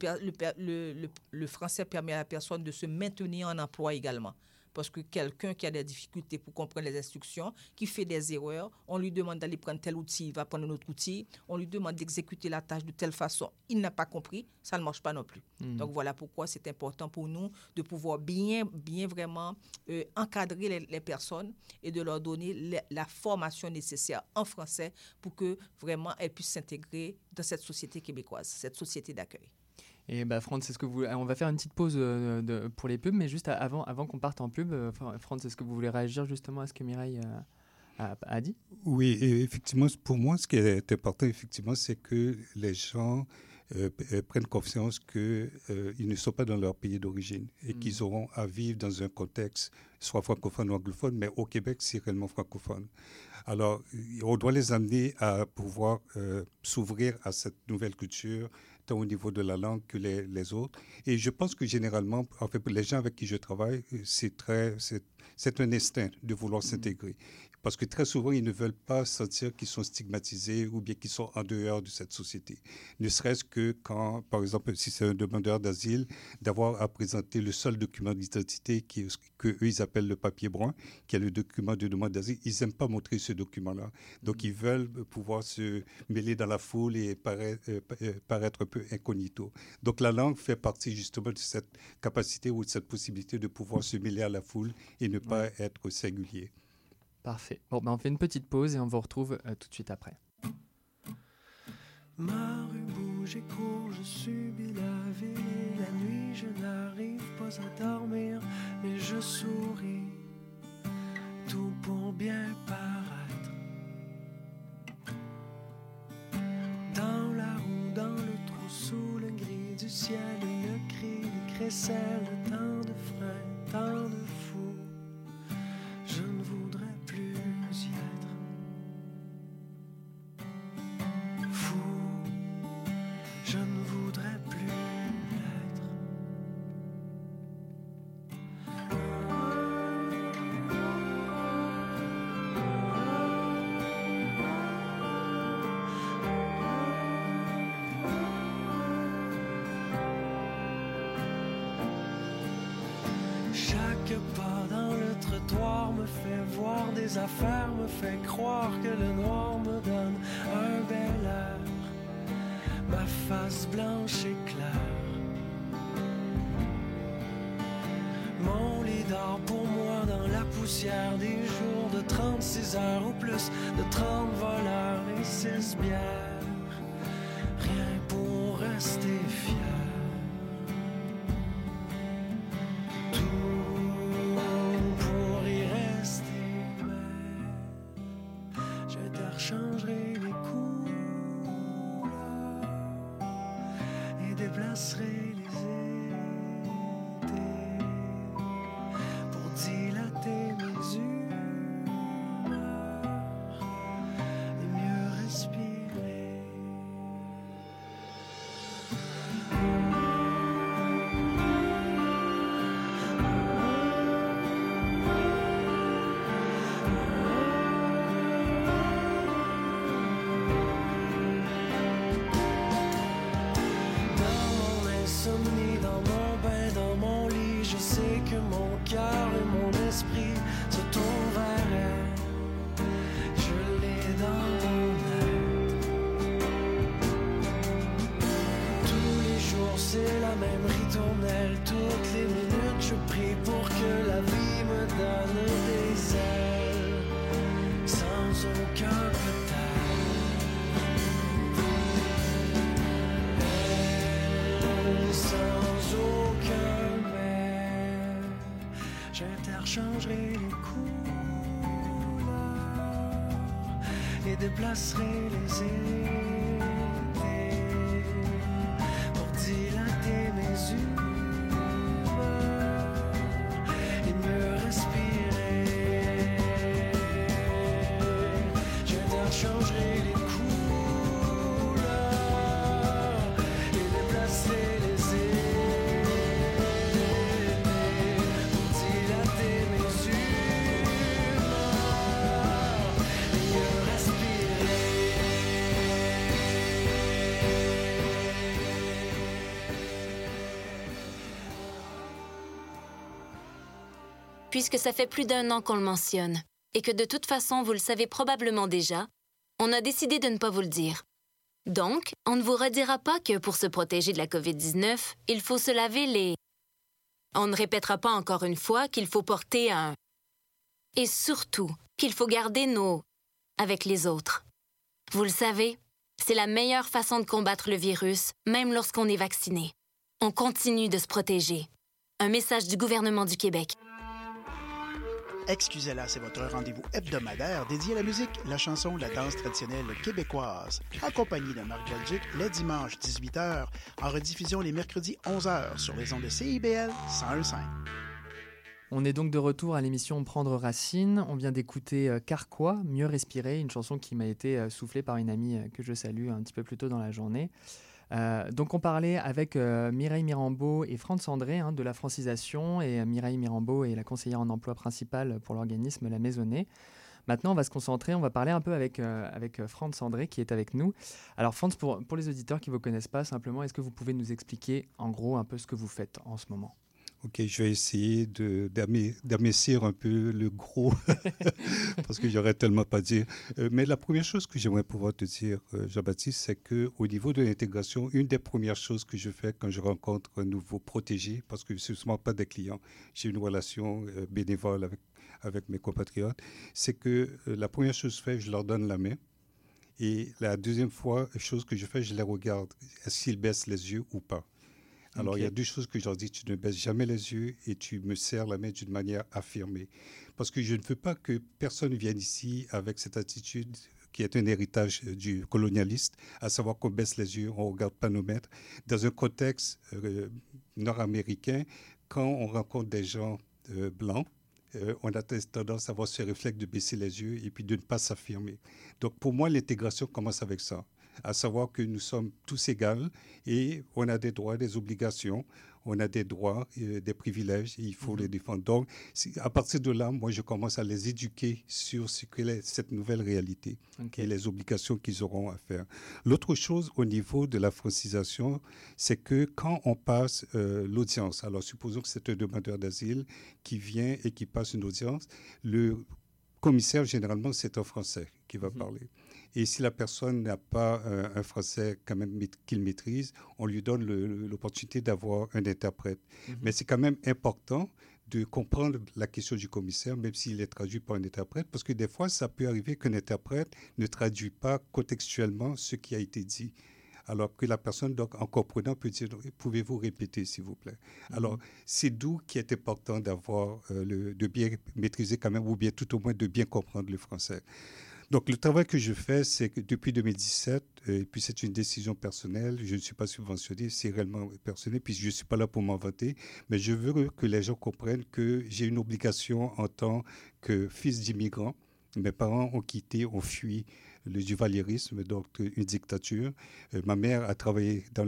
Le français permet à la personne de se maintenir en emploi également. Parce que quelqu'un qui a des difficultés pour comprendre les instructions, qui fait des erreurs, on lui demande d'aller prendre tel outil, il va prendre un autre outil, on lui demande d'exécuter la tâche de telle façon, il n'a pas compris, ça ne marche pas non plus. Donc voilà pourquoi c'est important pour nous de pouvoir bien vraiment encadrer les personnes et de leur donner la formation nécessaire en français pour que vraiment elles puissent s'intégrer dans cette société québécoise, cette société d'accueil. Et Franz, on va faire une petite pause pour les pubs, mais juste avant qu'on parte en pub, Franz, est-ce que vous voulez réagir justement à ce que Mireille a dit? Oui, et effectivement, pour moi, ce qui est important, effectivement, c'est que les gens prennent conscience qu'ils ne sont pas dans leur pays d'origine et qu'ils auront à vivre dans un contexte soit francophone ou anglophone, mais au Québec, c'est réellement francophone. Alors, on doit les amener à pouvoir s'ouvrir à cette nouvelle culture, tant au niveau de la langue que les autres. Et je pense que généralement, en fait, les gens avec qui je travaille, c'est un instinct de vouloir s'intégrer. Parce que très souvent, ils ne veulent pas sentir qu'ils sont stigmatisés ou bien qu'ils sont en dehors de cette société. Ne serait-ce que quand, par exemple, si c'est un demandeur d'asile, d'avoir à présenter le seul document d'identité qu'eux, ils appellent le papier brun, qui est le document de demande d'asile. Ils n'aiment pas montrer ce document-là. Donc, ils veulent pouvoir se mêler dans la foule et paraître un peu incognito. Donc, la langue fait partie justement de cette capacité ou de cette possibilité de pouvoir se mêler à la foule et ne pas être singulier. Parfait. Bon, on fait une petite pause et on vous retrouve tout de suite après. Ma rue bouge et court, je subis la vie. La nuit, je n'arrive pas à dormir, mais je souris, tout pour bien paraître. Dans la roue, dans le trou, sous le gris du ciel, le cri, les crécelles, tant de freins, tant de fous. Je ne voudrais plus y être. Fou, je ne voudrais plus l'être. Chaque pas dans le trottoir me fait voir des affaires, me fait croire que le noir me donne un bel air. Ma face blanche et claire. Mon lit dort pour moi dans la poussière des jours de 36 heures ou plus, de 30 voleurs et 6 bières. Rien pour rester fier. Changerai les couleurs et déplacerai les idées pour dilater mes humeurs et mieux respirer. Dans mon bain, dans mon lit, je sais que mon cœur et mon esprit se tournent vers elle. Je l'ai dans mon être. Tous les jours, c'est la même ritournelle. Toutes les minutes, je prie pour que la vie me donne des ailes, sans aucun peut-être. Sans aucun mais, j'interchangerai les couleurs et déplacerai les idées pour dilater mes humeurs et mieux respirer. J'interchangerai les couleurs et déplacerai les Puisque ça fait plus d'1 an qu'on le mentionne, et que de toute façon, vous le savez probablement déjà, on a décidé de ne pas vous le dire. Donc, on ne vous redira pas que pour se protéger de la COVID-19, il faut se laver les... On ne répétera pas encore une fois qu'il faut porter un... Et surtout, qu'il faut garder nos... avec les autres. Vous le savez, c'est la meilleure façon de combattre le virus, même lorsqu'on est vacciné. On continue de se protéger. Un message du gouvernement du Québec. Excusez-la, c'est votre rendez-vous hebdomadaire dédié à la musique, la chanson, la danse traditionnelle québécoise, en compagnie de Marc Belgique, les dimanches 18h, en rediffusion les mercredis 11h sur les ondes de CIBL 101.5. On est donc de retour à l'émission Prendre Racine. On vient d'écouter Carquois, Mieux respirer, une chanson qui m'a été soufflée par une amie que je salue un petit peu plus tôt dans la journée. Donc on parlait avec Mireille Mirambeau et Franz André de la francisation, et Mireille Mirambeau est la conseillère en emploi principale pour l'organisme La Maisonnée. Maintenant, on va se concentrer, on va parler un peu avec Franz André qui est avec nous. Alors Franz, pour les auditeurs qui ne vous connaissent pas, simplement, est-ce que vous pouvez nous expliquer en gros un peu ce que vous faites en ce moment ? Ok, je vais essayer d'amincir un peu le gros, parce que j'aurais tellement pas dire. Mais la première chose que j'aimerais pouvoir te dire, Jean-Baptiste, c'est qu'au niveau de l'intégration, une des premières choses que je fais quand je rencontre un nouveau protégé, parce que ce ne sont pas des clients, j'ai une relation bénévole avec mes compatriotes, c'est que la première chose que je fais, je leur donne la main. Et la deuxième chose que je fais, je les regarde, est-ce qu'ils baissent les yeux ou pas. Alors, il y a deux choses que je leur dis. Tu ne baisses jamais les yeux et tu me serres la main d'une manière affirmée. Parce que je ne veux pas que personne vienne ici avec cette attitude qui est un héritage du colonialiste, à savoir qu'on baisse les yeux, on ne regarde pas nos maîtres. Dans un contexte nord-américain, quand on rencontre des gens blancs, on a tendance à avoir ce réflexe de baisser les yeux et puis de ne pas s'affirmer. Donc, pour moi, l'intégration commence avec ça. À savoir que nous sommes tous égaux et on a des droits, des obligations, on a des droits, des privilèges et il faut les défendre. Donc, à partir de là, moi, je commence à les éduquer sur ce qu'est cette nouvelle réalité et les obligations qu'ils auront à faire. L'autre chose au niveau de la francisation, c'est que quand on passe l'audience, alors supposons que c'est un demandeur d'asile qui vient et qui passe une audience, le commissaire, généralement, c'est un Français qui va parler. Et si la personne n'a pas un français quand même qu'il maîtrise, on lui donne l'opportunité d'avoir un interprète. Mais c'est quand même important de comprendre la question du commissaire, même s'il est traduit par un interprète, parce que des fois, ça peut arriver qu'un interprète ne traduit pas contextuellement ce qui a été dit. Alors que la personne, donc, en comprenant, peut dire « Pouvez-vous répéter, s'il vous plaît ?» Alors, c'est d'où qu'il est important d'avoir, de bien maîtriser quand même, ou bien tout au moins de bien comprendre le français. Donc, le travail que je fais, c'est que depuis 2017, et puis c'est une décision personnelle, je ne suis pas subventionné, c'est réellement personnel, puis je ne suis pas là pour m'en vanter, mais je veux que les gens comprennent que j'ai une obligation en tant que fils d'immigrants. Mes parents ont fui le duvalierisme, donc une dictature. Ma mère a travaillé dans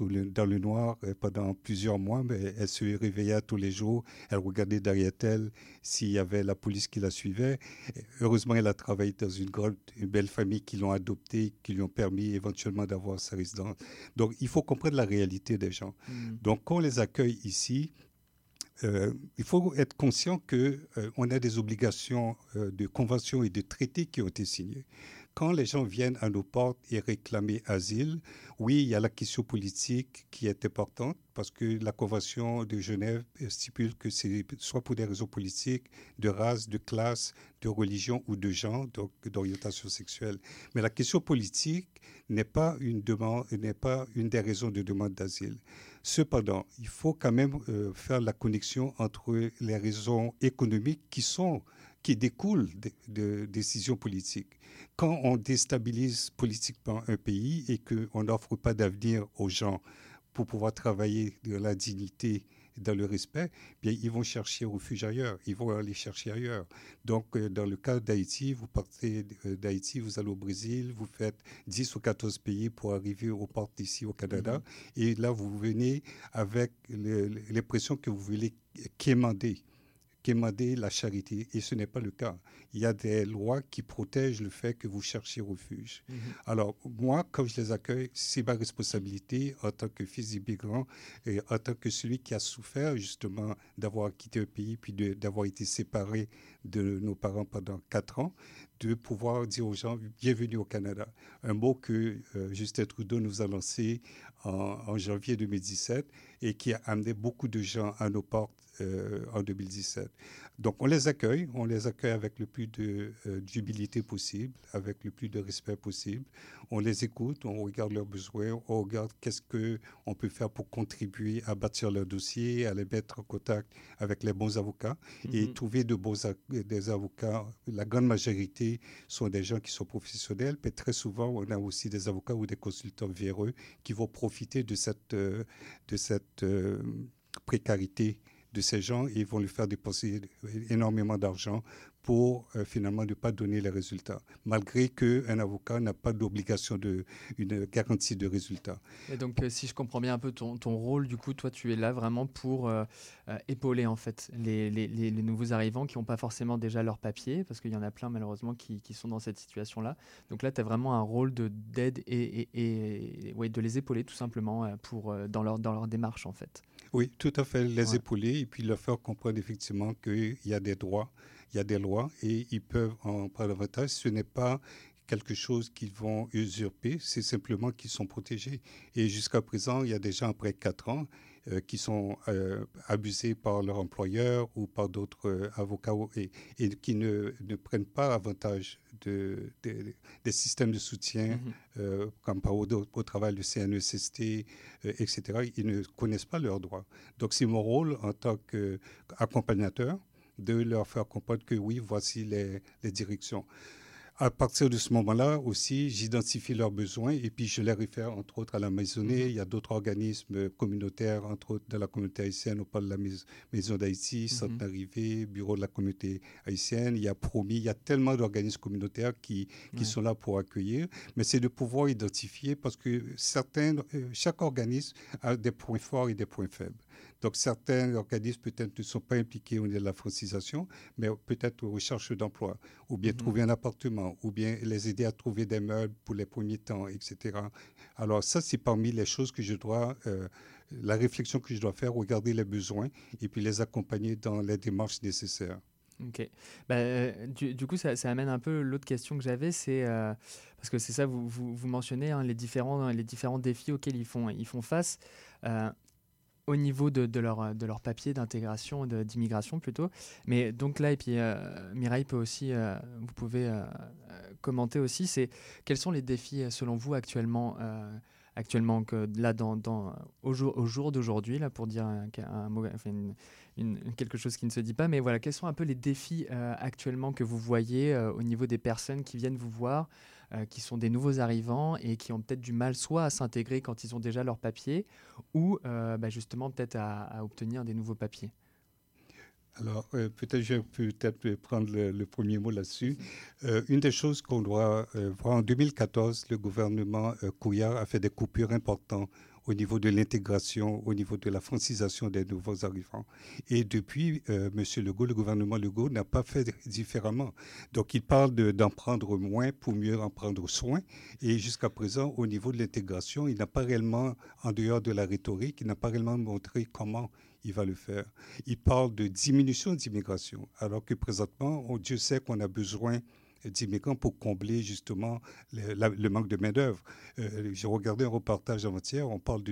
le noir pendant plusieurs mois, mais elle se réveillait tous les jours. Elle regardait derrière elle s'il y avait la police qui la suivait. Heureusement, elle a travaillé dans une belle famille qui l'ont adoptée, qui lui ont permis éventuellement d'avoir sa résidence. Donc, il faut comprendre la réalité des gens. Donc, quand on les accueille ici, il faut être conscient qu'on a des obligations de conventions et de traités qui ont été signés. Quand les gens viennent à nos portes et réclamer asile, oui, il y a la question politique qui est importante parce que la Convention de Genève stipule que c'est soit pour des raisons politiques, de race, de classe, de religion ou de genre, donc d'orientation sexuelle. Mais la question politique n'est pas une des raisons de demande d'asile. Cependant, il faut quand même faire la connexion entre les raisons économiques qui découlent de décisions politiques. Quand on déstabilise politiquement un pays et qu'on n'offre pas d'avenir aux gens pour pouvoir travailler dans la dignité, dans le respect, bien, ils vont chercher refuge ailleurs, ils vont aller chercher ailleurs. Donc, dans le cas d'Haïti, vous partez d'Haïti, vous allez au Brésil, vous faites 10 ou 14 pays pour arriver aux portes ici au Canada, et là, vous venez avec l'impression que vous voulez quémander la charité, et ce n'est pas le cas. Il y a des lois qui protègent le fait que vous cherchez refuge. Alors, moi, quand je les accueille, c'est ma responsabilité en tant que fils d'immigrant et en tant que celui qui a souffert justement d'avoir quitté un pays puis d'avoir été séparé de nos parents pendant 4 ans, de pouvoir dire aux gens « Bienvenue au Canada ». Un mot que Justin Trudeau nous a lancé en janvier 2017 et qui a amené beaucoup de gens à nos portes en 2017. Donc, on les accueille avec le plus d'humilité possible, avec le plus de respect possible. On les écoute, on regarde leurs besoins, on regarde qu'est-ce qu'on peut faire pour contribuer à bâtir leur dossier, à les mettre en contact avec les bons avocats et trouver des avocats. La grande majorité sont des gens qui sont professionnels, mais très souvent, on a aussi des avocats ou des consultants véreux qui vont profiter de cette précarité de ces gens et vont lui faire dépenser énormément d'argent pour finalement ne pas donner les résultats, malgré qu'un avocat n'a pas d'obligation une garantie de résultats. Et donc, si je comprends bien un peu ton rôle, du coup, toi, tu es là vraiment pour épauler en fait les nouveaux arrivants qui n'ont pas forcément déjà leur papier, parce qu'il y en a plein malheureusement qui sont dans cette situation-là. Donc là, tu as vraiment un rôle d'aide et de les épauler tout simplement dans leur démarche en fait. Oui, tout à fait, les épauler et puis leur faire comprendre effectivement qu'il y a des droits, il y a des lois et ils peuvent en prendre avantage. Ce n'est pas quelque chose qu'ils vont usurper, c'est simplement qu'ils sont protégés. Et jusqu'à présent, il y a des gens après 4 ans qui sont abusés par leur employeur ou par d'autres avocats et qui ne prennent pas avantage des systèmes de soutien comme au travail, le CNESST, etc. Ils ne connaissent pas leurs droits. Donc, c'est mon rôle en tant qu'accompagnateur de leur faire comprendre que oui, voici les directions. À partir de ce moment-là aussi, j'identifie leurs besoins et puis je les réfère entre autres à la Maisonnée. Il y a d'autres organismes communautaires, entre autres de la communauté haïtienne. On parle de la Maison d'Haïti, Centre d'Arrivée, Bureau de la communauté haïtienne. Il y a Promis. Il y a tellement d'organismes communautaires qui sont là pour accueillir. Mais c'est de pouvoir identifier parce que chaque organisme a des points forts et des points faibles. Donc, certains organismes peut-être ne sont pas impliqués au niveau de la francisation, mais peut-être recherche d'emploi, ou bien trouver un appartement, ou bien les aider à trouver des meubles pour les premiers temps, etc. Alors, ça, c'est parmi les choses que je dois, la réflexion que je dois faire, regarder les besoins et puis les accompagner dans les démarches nécessaires. Ok. Du coup, ça amène un peu l'autre question que j'avais, c'est parce que c'est ça, vous mentionnez les différents défis auxquels ils font face. Au niveau de leur papier d'intégration, d'immigration plutôt. Mais donc là, et puis Mireille peut aussi, vous pouvez commenter aussi, c'est quels sont les défis selon vous actuellement que là au jour d'aujourd'hui, là pour dire un mot, enfin quelque chose qui ne se dit pas, mais voilà, quels sont un peu les défis actuellement que vous voyez au niveau des personnes qui viennent vous voir, qui sont des nouveaux arrivants et qui ont peut-être du mal soit à s'intégrer quand ils ont déjà leur papier ou justement peut-être à obtenir des nouveaux papiers. Alors, je peux peut-être prendre le premier mot là-dessus. Une des choses qu'on doit voir, en 2014, le gouvernement Couillard a fait des coupures importantes au niveau de l'intégration, au niveau de la francisation des nouveaux arrivants. Et depuis, le gouvernement Legault n'a pas fait différemment. Donc, il parle d'en prendre moins pour mieux en prendre soin. Et jusqu'à présent, au niveau de l'intégration, il n'a pas réellement, en dehors de la rhétorique, il n'a pas réellement montré comment il va le faire. Il parle de diminution d'immigration, alors que présentement, Dieu sait qu'on a besoin d'immigrants pour combler justement le manque de main-d'œuvre. J'ai regardé un reportage avant-hier, on parle de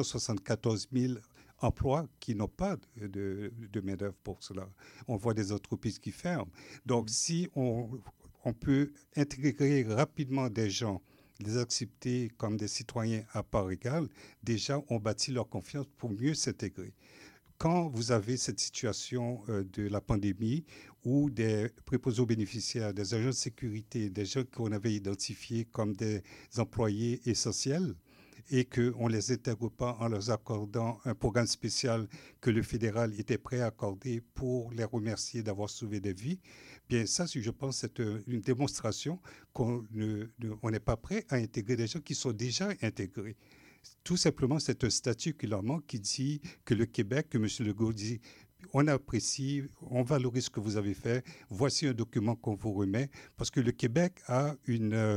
274 000 emplois qui n'ont pas de main-d'œuvre pour cela. On voit des entreprises qui ferment. Donc, si on peut intégrer rapidement des gens, les accepter comme des citoyens à part égale, déjà, on bâtit leur confiance pour mieux s'intégrer. Quand vous avez cette situation de la pandémie où des préposés aux bénéficiaires, des agents de sécurité, des gens qu'on avait identifiés comme des employés essentiels et qu'on ne les intègre pas en leur accordant un programme spécial que le fédéral était prêt à accorder pour les remercier d'avoir sauvé des vies, bien ça, je pense, c'est une démonstration qu'on n'est pas prêt à intégrer des gens qui sont déjà intégrés. Tout simplement, c'est un statut qui leur manque qui dit que le Québec, que M. Legault dit, on apprécie, on valorise ce que vous avez fait, voici un document qu'on vous remet, parce que le Québec a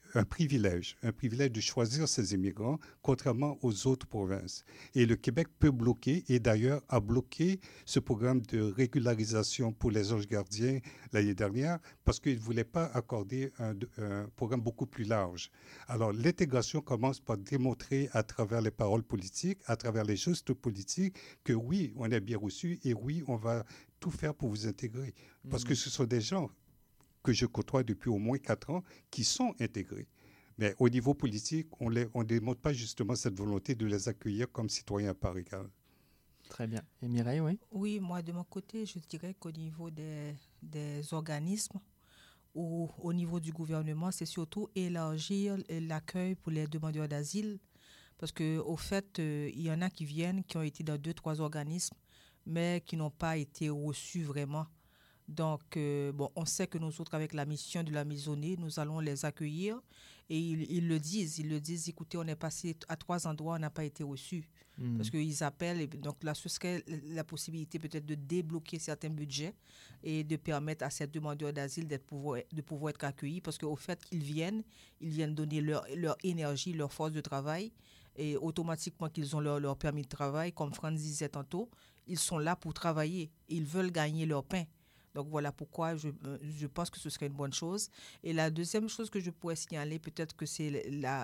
un privilège de choisir ses immigrants, contrairement aux autres provinces. Et le Québec peut bloquer, et d'ailleurs a bloqué ce programme de régularisation pour les anges gardiens l'année dernière, parce qu'il ne voulait pas accorder un programme beaucoup plus large. Alors l'intégration commence par démontrer à travers les paroles politiques, à travers les gestes politiques, que oui, on est bien reçu, et oui, on va tout faire pour vous intégrer. Parce que ce sont des gens que je côtoie depuis au moins 4 ans, qui sont intégrés. Mais au niveau politique, on ne démontre pas justement cette volonté de les accueillir comme citoyens à part égale. Très bien. Et Mireille, oui? Oui, moi, de mon côté, je dirais qu'au niveau des organismes ou au niveau du gouvernement, c'est surtout élargir l'accueil pour les demandeurs d'asile. Parce qu'au fait, il y en a qui viennent, qui ont été dans 2-3 organismes, mais qui n'ont pas été reçus vraiment. Donc, on sait que nous autres, avec la mission de la Maisonnée, nous allons les accueillir. Et ils le disent, écoutez, on est passé à 3 endroits, on n'a pas été reçus. Parce qu'ils appellent. Et donc là, ce serait la possibilité peut-être de débloquer certains budgets et de permettre à ces demandeurs d'asile de pouvoir être accueillis. Parce qu'au fait qu'ils viennent donner leur énergie, leur force de travail. Et automatiquement qu'ils ont leur permis de travail, comme Franz disait tantôt, ils sont là pour travailler. Ils veulent gagner leur pain. Donc, voilà pourquoi je pense que ce serait une bonne chose. Et la deuxième chose que je pourrais signaler, peut-être que c'est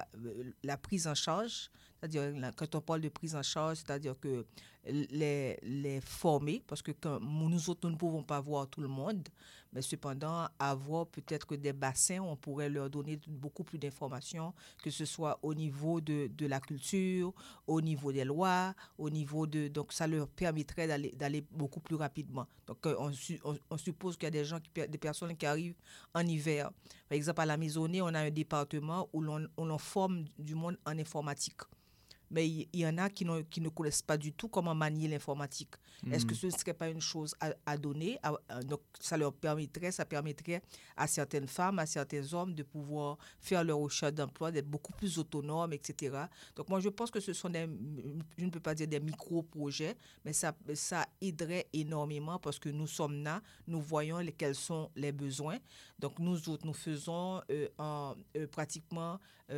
la prise en charge. C'est-à-dire, quand on parle de prise en charge, c'est-à-dire que les former, parce que nous autres, nous ne pouvons pas voir tout le monde, mais cependant, avoir peut-être que des bassins, on pourrait leur donner beaucoup plus d'informations, que ce soit au niveau de la culture, au niveau des lois, au niveau de... Donc, ça leur permettrait d'aller beaucoup plus rapidement. Donc, on suppose qu'il y a des personnes qui arrivent en hiver. Par exemple, à la Maisonnée, on a un département où l'on forme du monde en informatique. Mais il y en a qui ne connaissent pas du tout comment manier l'informatique. Est-ce que ce ne serait pas une chose à donner? Donc, ça permettrait à certaines femmes, à certains hommes de pouvoir faire leur recherche d'emploi, d'être beaucoup plus autonomes, etc. Donc, moi, je pense que ce sont je ne peux pas dire des micro-projets, mais ça aiderait énormément parce que nous sommes là, nous voyons quels sont les besoins. Donc, nous autres, nous faisons pratiquement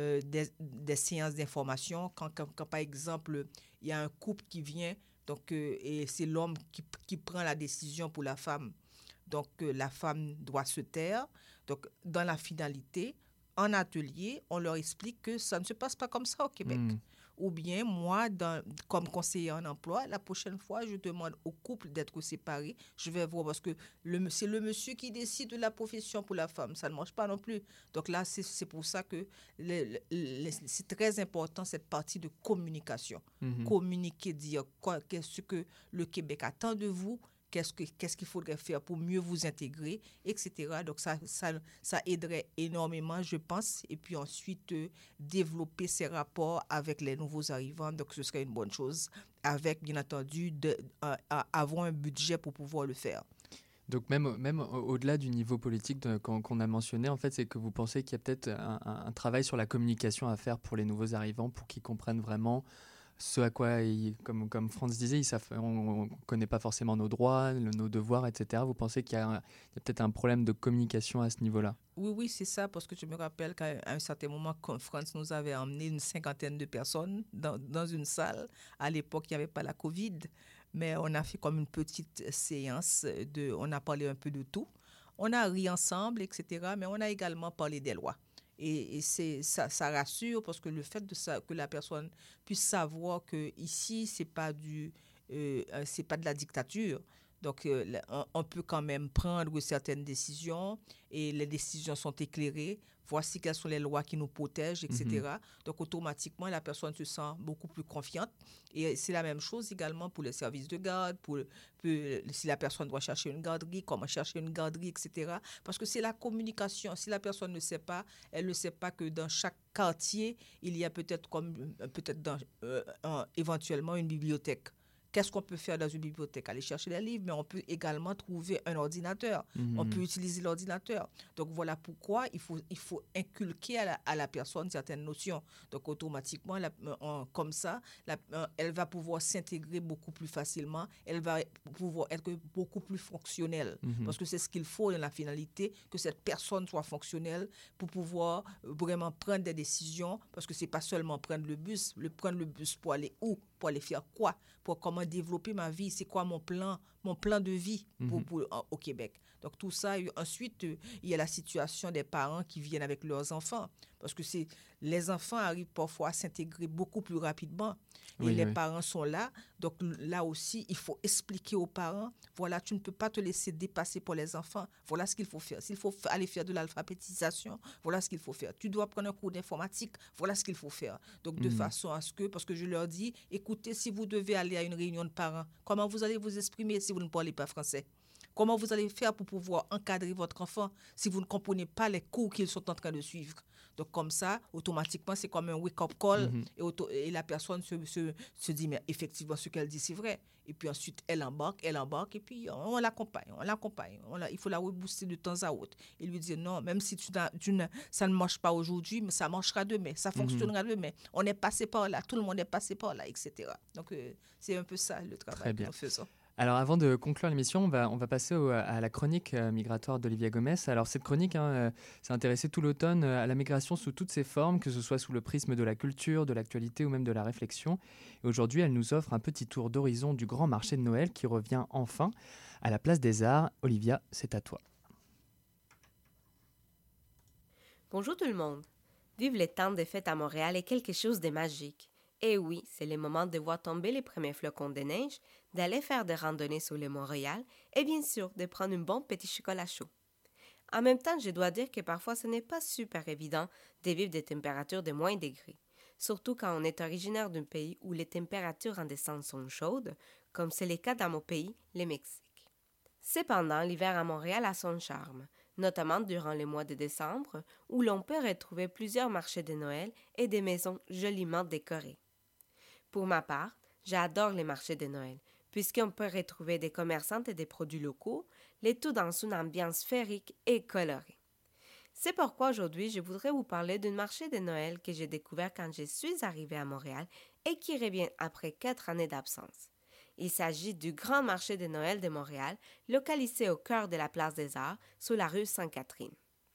des séances d'information. Quand, par exemple, il y a un couple qui vient, donc, et c'est l'homme qui prend la décision pour la femme. Donc, la femme doit se taire. Donc, dans la finalité, en atelier, on leur explique que ça ne se passe pas comme ça au Québec. Ou bien, moi, comme conseiller en emploi, la prochaine fois, je demande au couple d'être séparés. Je vais voir parce que c'est le monsieur qui décide de la profession pour la femme. Ça ne marche pas non plus. Donc là, c'est pour ça que c'est très important, cette partie de communication. Communiquer, dire qu'est-ce que le Québec attend de vous, qu'est-ce qu'il faudrait faire pour mieux vous intégrer, etc. Donc, ça aiderait énormément, je pense. Et puis ensuite, développer ces rapports avec les nouveaux arrivants. Donc, ce serait une bonne chose, avec, bien entendu, avoir un budget pour pouvoir le faire. Donc, même au-delà du niveau politique qu'on a mentionné, en fait, c'est que vous pensez qu'il y a peut-être un travail sur la communication à faire pour les nouveaux arrivants, pour qu'ils comprennent vraiment ce à quoi, comme Franz disait, on ne connaît pas forcément nos droits, nos devoirs, etc. Vous pensez qu'il y a peut-être un problème de communication à ce niveau-là? Oui, c'est ça, parce que je me rappelle qu'à un certain moment, quand Franz nous avait emmené une 50aine de personnes dans une salle. À l'époque, il n'y avait pas la COVID, mais on a fait comme une petite séance, on a parlé un peu de tout. On a ri ensemble, etc., mais on a également parlé des lois. Et ça rassure parce que le fait que la personne puisse savoir que ici c'est pas de la dictature. Donc on peut quand même prendre certaines décisions et les décisions sont éclairées. Voici quelles sont les lois qui nous protègent, etc. Donc automatiquement la personne se sent beaucoup plus confiante. Et c'est la même chose également pour les services de garde, si la personne doit chercher une garderie, comment chercher une garderie, etc. Parce que c'est la communication. Si la personne ne sait pas, elle ne sait pas que dans chaque quartier, il y a peut-être éventuellement une bibliothèque. Qu'est-ce qu'on peut faire dans une bibliothèque? Aller chercher les livres, mais on peut également trouver un ordinateur. On peut utiliser l'ordinateur. Donc, voilà pourquoi il faut inculquer à la personne certaines notions. Donc, automatiquement, comme ça, elle va pouvoir s'intégrer beaucoup plus facilement. Elle va pouvoir être beaucoup plus fonctionnelle. Parce que c'est ce qu'il faut dans la finalité, que cette personne soit fonctionnelle pour pouvoir vraiment prendre des décisions. Parce que c'est pas seulement prendre le bus pour aller où? Pour aller faire quoi? Pour comment développer ma vie? C'est quoi mon plan de vie au Québec? Donc, tout ça. Ensuite, il y a la situation des parents qui viennent avec leurs enfants. Parce que les enfants arrivent parfois à s'intégrer beaucoup plus rapidement. Et les parents sont là. Donc, là aussi, il faut expliquer aux parents, voilà, tu ne peux pas te laisser dépasser pour les enfants. Voilà ce qu'il faut faire. S'il faut aller faire de l'alphabétisation, voilà ce qu'il faut faire. Tu dois prendre un cours d'informatique, voilà ce qu'il faut faire. Donc, de façon à ce que, parce que je leur dis, écoutez, si vous devez aller à une réunion de parents, comment vous allez vous exprimer si vous ne parlez pas français? Comment vous allez faire pour pouvoir encadrer votre enfant si vous ne comprenez pas les cours qu'ils sont en train de suivre? Donc, comme ça, automatiquement, c'est comme un wake-up call et la personne se dit, mais effectivement, ce qu'elle dit, c'est vrai. Et puis ensuite, elle embarque et puis on l'accompagne. Il faut la rebooster de temps à autre et lui dire, non, même si ça ne marche pas aujourd'hui, mais ça marchera demain, ça fonctionnera demain. On est passé par là, tout le monde est passé par là, etc. Donc, c'est un peu ça le travail que nous faisons. Alors, avant de conclure l'émission, on va passer à la chronique migratoire d'Olivia Gomez. Alors, cette chronique s'est intéressée tout l'automne à la migration sous toutes ses formes, que ce soit sous le prisme de la culture, de l'actualité ou même de la réflexion. Et aujourd'hui, elle nous offre un petit tour d'horizon du grand marché de Noël qui revient enfin à la Place des Arts. Olivia, c'est à toi. Bonjour tout le monde. Vivre les temps des fêtes à Montréal est quelque chose de magique. Et oui, c'est le moment de voir tomber les premiers flocons de neige, d'aller faire des randonnées sur le Mont-Royal et bien sûr de prendre un bon petit chocolat chaud. En même temps, je dois dire que parfois ce n'est pas super évident de vivre des températures de moins degrés, surtout quand on est originaire d'un pays où les températures en descente sont chaudes, comme c'est le cas dans mon pays, le Mexique. Cependant, l'hiver à Montréal a son charme, notamment durant le mois de décembre, où l'on peut retrouver plusieurs marchés de Noël et des maisons joliment décorées. Pour ma part, j'adore les marchés de Noël, puisqu'on peut retrouver des commerçantes et des produits locaux, le tout dans une ambiance féerique et colorée. C'est pourquoi aujourd'hui, je voudrais vous parler d'un marché de Noël que j'ai découvert quand je suis arrivée à Montréal et qui revient après 4 années d'absence. Il s'agit du Grand Marché de Noël de Montréal, localisé au cœur de la Place des Arts, sur la rue Sainte-Catherine.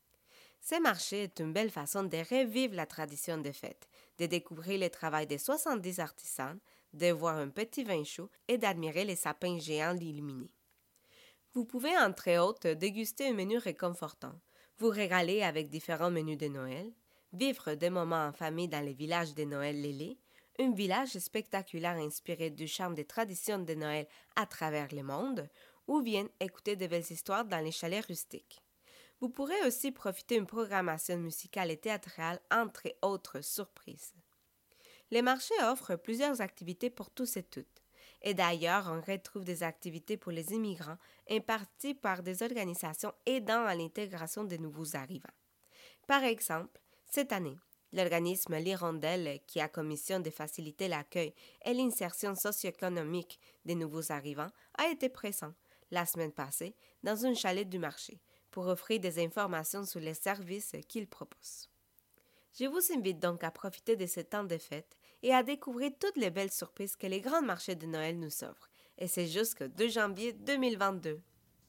Ce marché est une belle façon de revivre la tradition des fêtes, de découvrir le travail des 70 artisans, de voir un petit vin chaud et d'admirer les sapins géants illuminés. Vous pouvez, entre autres, déguster un menu réconfortant, vous régaler avec différents menus de Noël, vivre des moments en famille dans les villages de Noël Lélé, un village spectaculaire inspiré du charme des traditions de Noël à travers le monde, ou bien écouter de belles histoires dans les chalets rustiques. Vous pourrez aussi profiter d'une programmation musicale et théâtrale, entre autres surprises. Les marchés offrent plusieurs activités pour tous et toutes. Et d'ailleurs, on retrouve des activités pour les immigrants imparties par des organisations aidant à l'intégration des nouveaux arrivants. Par exemple, cette année, l'organisme L'Hirondelle, qui a commission de faciliter l'accueil et l'insertion socio-économique des nouveaux arrivants, a été présent la semaine passée dans un chalet du marché pour offrir des informations sur les services qu'il propose. Je vous invite donc à profiter de ce temps de fête et à découvrir toutes les belles surprises que les grands marchés de Noël nous offrent. Et c'est jusqu'au 2 janvier 2022.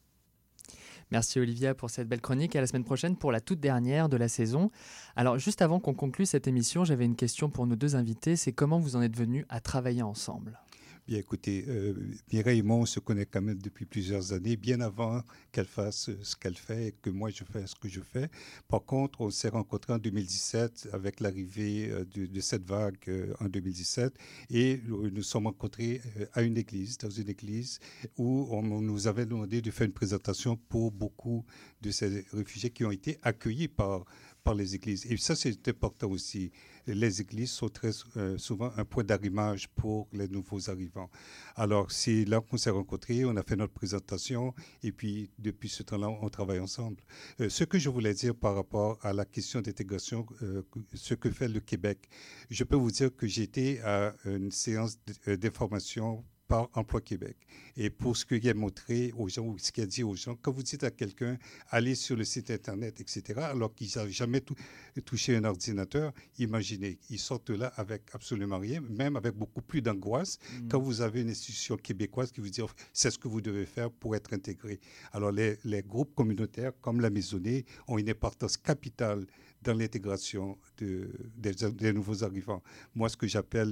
Merci Olivia pour cette belle chronique et à la semaine prochaine pour la toute dernière de la saison. Alors juste avant qu'on conclue cette émission, j'avais une question pour nos deux invités, c'est comment vous en êtes venus à travailler ensemble ? Bien, écoutez, Mireille et moi, on se connaît quand même depuis plusieurs années, bien avant qu'elle fasse ce qu'elle fait et que moi, je fais ce que je fais. Par contre, on s'est rencontrés en 2017 avec l'arrivée de cette vague en 2017 et nous sommes rencontrés à une église, dans une église où on nous avait demandé de faire une présentation pour beaucoup de ces réfugiés qui ont été accueillis par les églises. Et ça, c'est important aussi. Les églises sont très souvent un point d'arrimage pour les nouveaux arrivants. Alors, c'est là qu'on s'est rencontrés, on a fait notre présentation et puis, depuis ce temps-là, on travaille ensemble. Ce que je voulais dire par rapport à la question d'intégration, ce que fait le Québec, je peux vous dire que j'ai été à une séance d'information par Emploi Québec. Et pour ce qu'il a montré aux gens, ou ce qu'il a dit aux gens, quand vous dites à quelqu'un, allez sur le site Internet, etc., alors qu'ils n'ont jamais touché un ordinateur, imaginez, ils sortent là avec absolument rien, même avec beaucoup plus d'angoisse, quand vous avez une institution québécoise qui vous dit, c'est ce que vous devez faire pour être intégré. Alors, les groupes communautaires, comme la Maisonnée, ont une importance capitale dans l'intégration des nouveaux arrivants. Moi, ce que j'appelle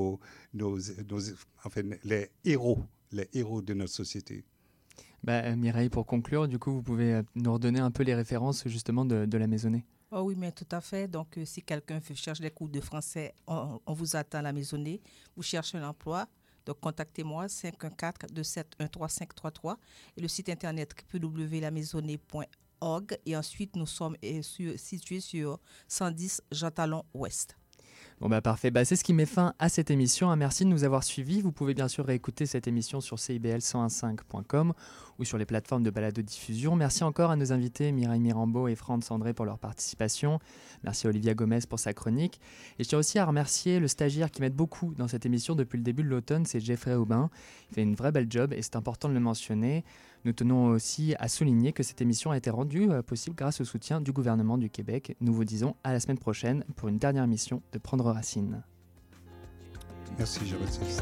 les héros de notre société. Mireille, pour conclure, du coup, vous pouvez nous redonner un peu les références justement de la Maisonnée. Oh oui, mais tout à fait. Donc, si quelqu'un cherche des cours de français, on vous attend à la Maisonnée. Vous cherchez un emploi, donc contactez-moi 514-271-3533 et le site internet www.lamaisonnée.org. Et ensuite, nous sommes situés sur 110 Jean Talon Ouest. Bon parfait, c'est ce qui met fin à cette émission. Merci de nous avoir suivis. Vous pouvez bien sûr réécouter cette émission sur CIBL1015.com ou sur les plateformes de balado-diffusion. Merci encore à nos invités Mireille Mirambeau et Franz André pour leur participation. Merci à Olivia Gomez pour sa chronique. Et je tiens aussi à remercier le stagiaire qui m'aide beaucoup dans cette émission depuis le début de l'automne, c'est Jeffrey Aubin. Il fait une vraie belle job et c'est important de le mentionner. Nous tenons aussi à souligner que cette émission a été rendue possible grâce au soutien du gouvernement du Québec. Nous vous disons à la semaine prochaine pour une dernière émission de Prendre Racine. Merci Jean-Baptiste.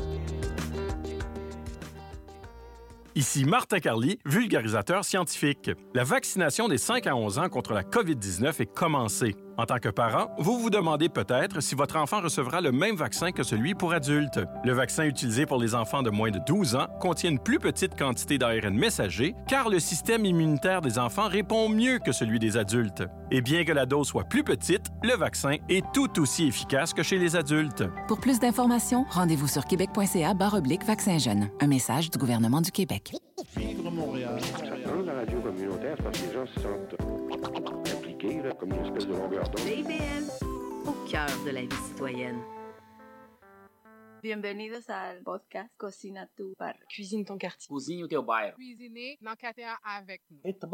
Ici Martin Carly, vulgarisateur scientifique. La vaccination des 5 à 11 ans contre la COVID-19 est commencée. En tant que parent, vous vous demandez peut-être si votre enfant recevra le même vaccin que celui pour adultes. Le vaccin utilisé pour les enfants de moins de 12 ans contient une plus petite quantité d'ARN messager car le système immunitaire des enfants répond mieux que celui des adultes. Et bien que la dose soit plus petite, le vaccin est tout aussi efficace que chez les adultes. Pour plus d'informations, rendez-vous sur québec.ca/vaccin jeune. Un message du gouvernement du Québec. Vivre Montréal. La radio communautaire, parce que les gens se sentent impliqués, comme une espèce de longueur d'onde. CIBL, au cœur de la vie citoyenne. Bienvenidos al podcast Cocina tu Bar. Cuisine ton quartier. Cozinhe o teu bairro. Cuisiner dans quartier avec nous.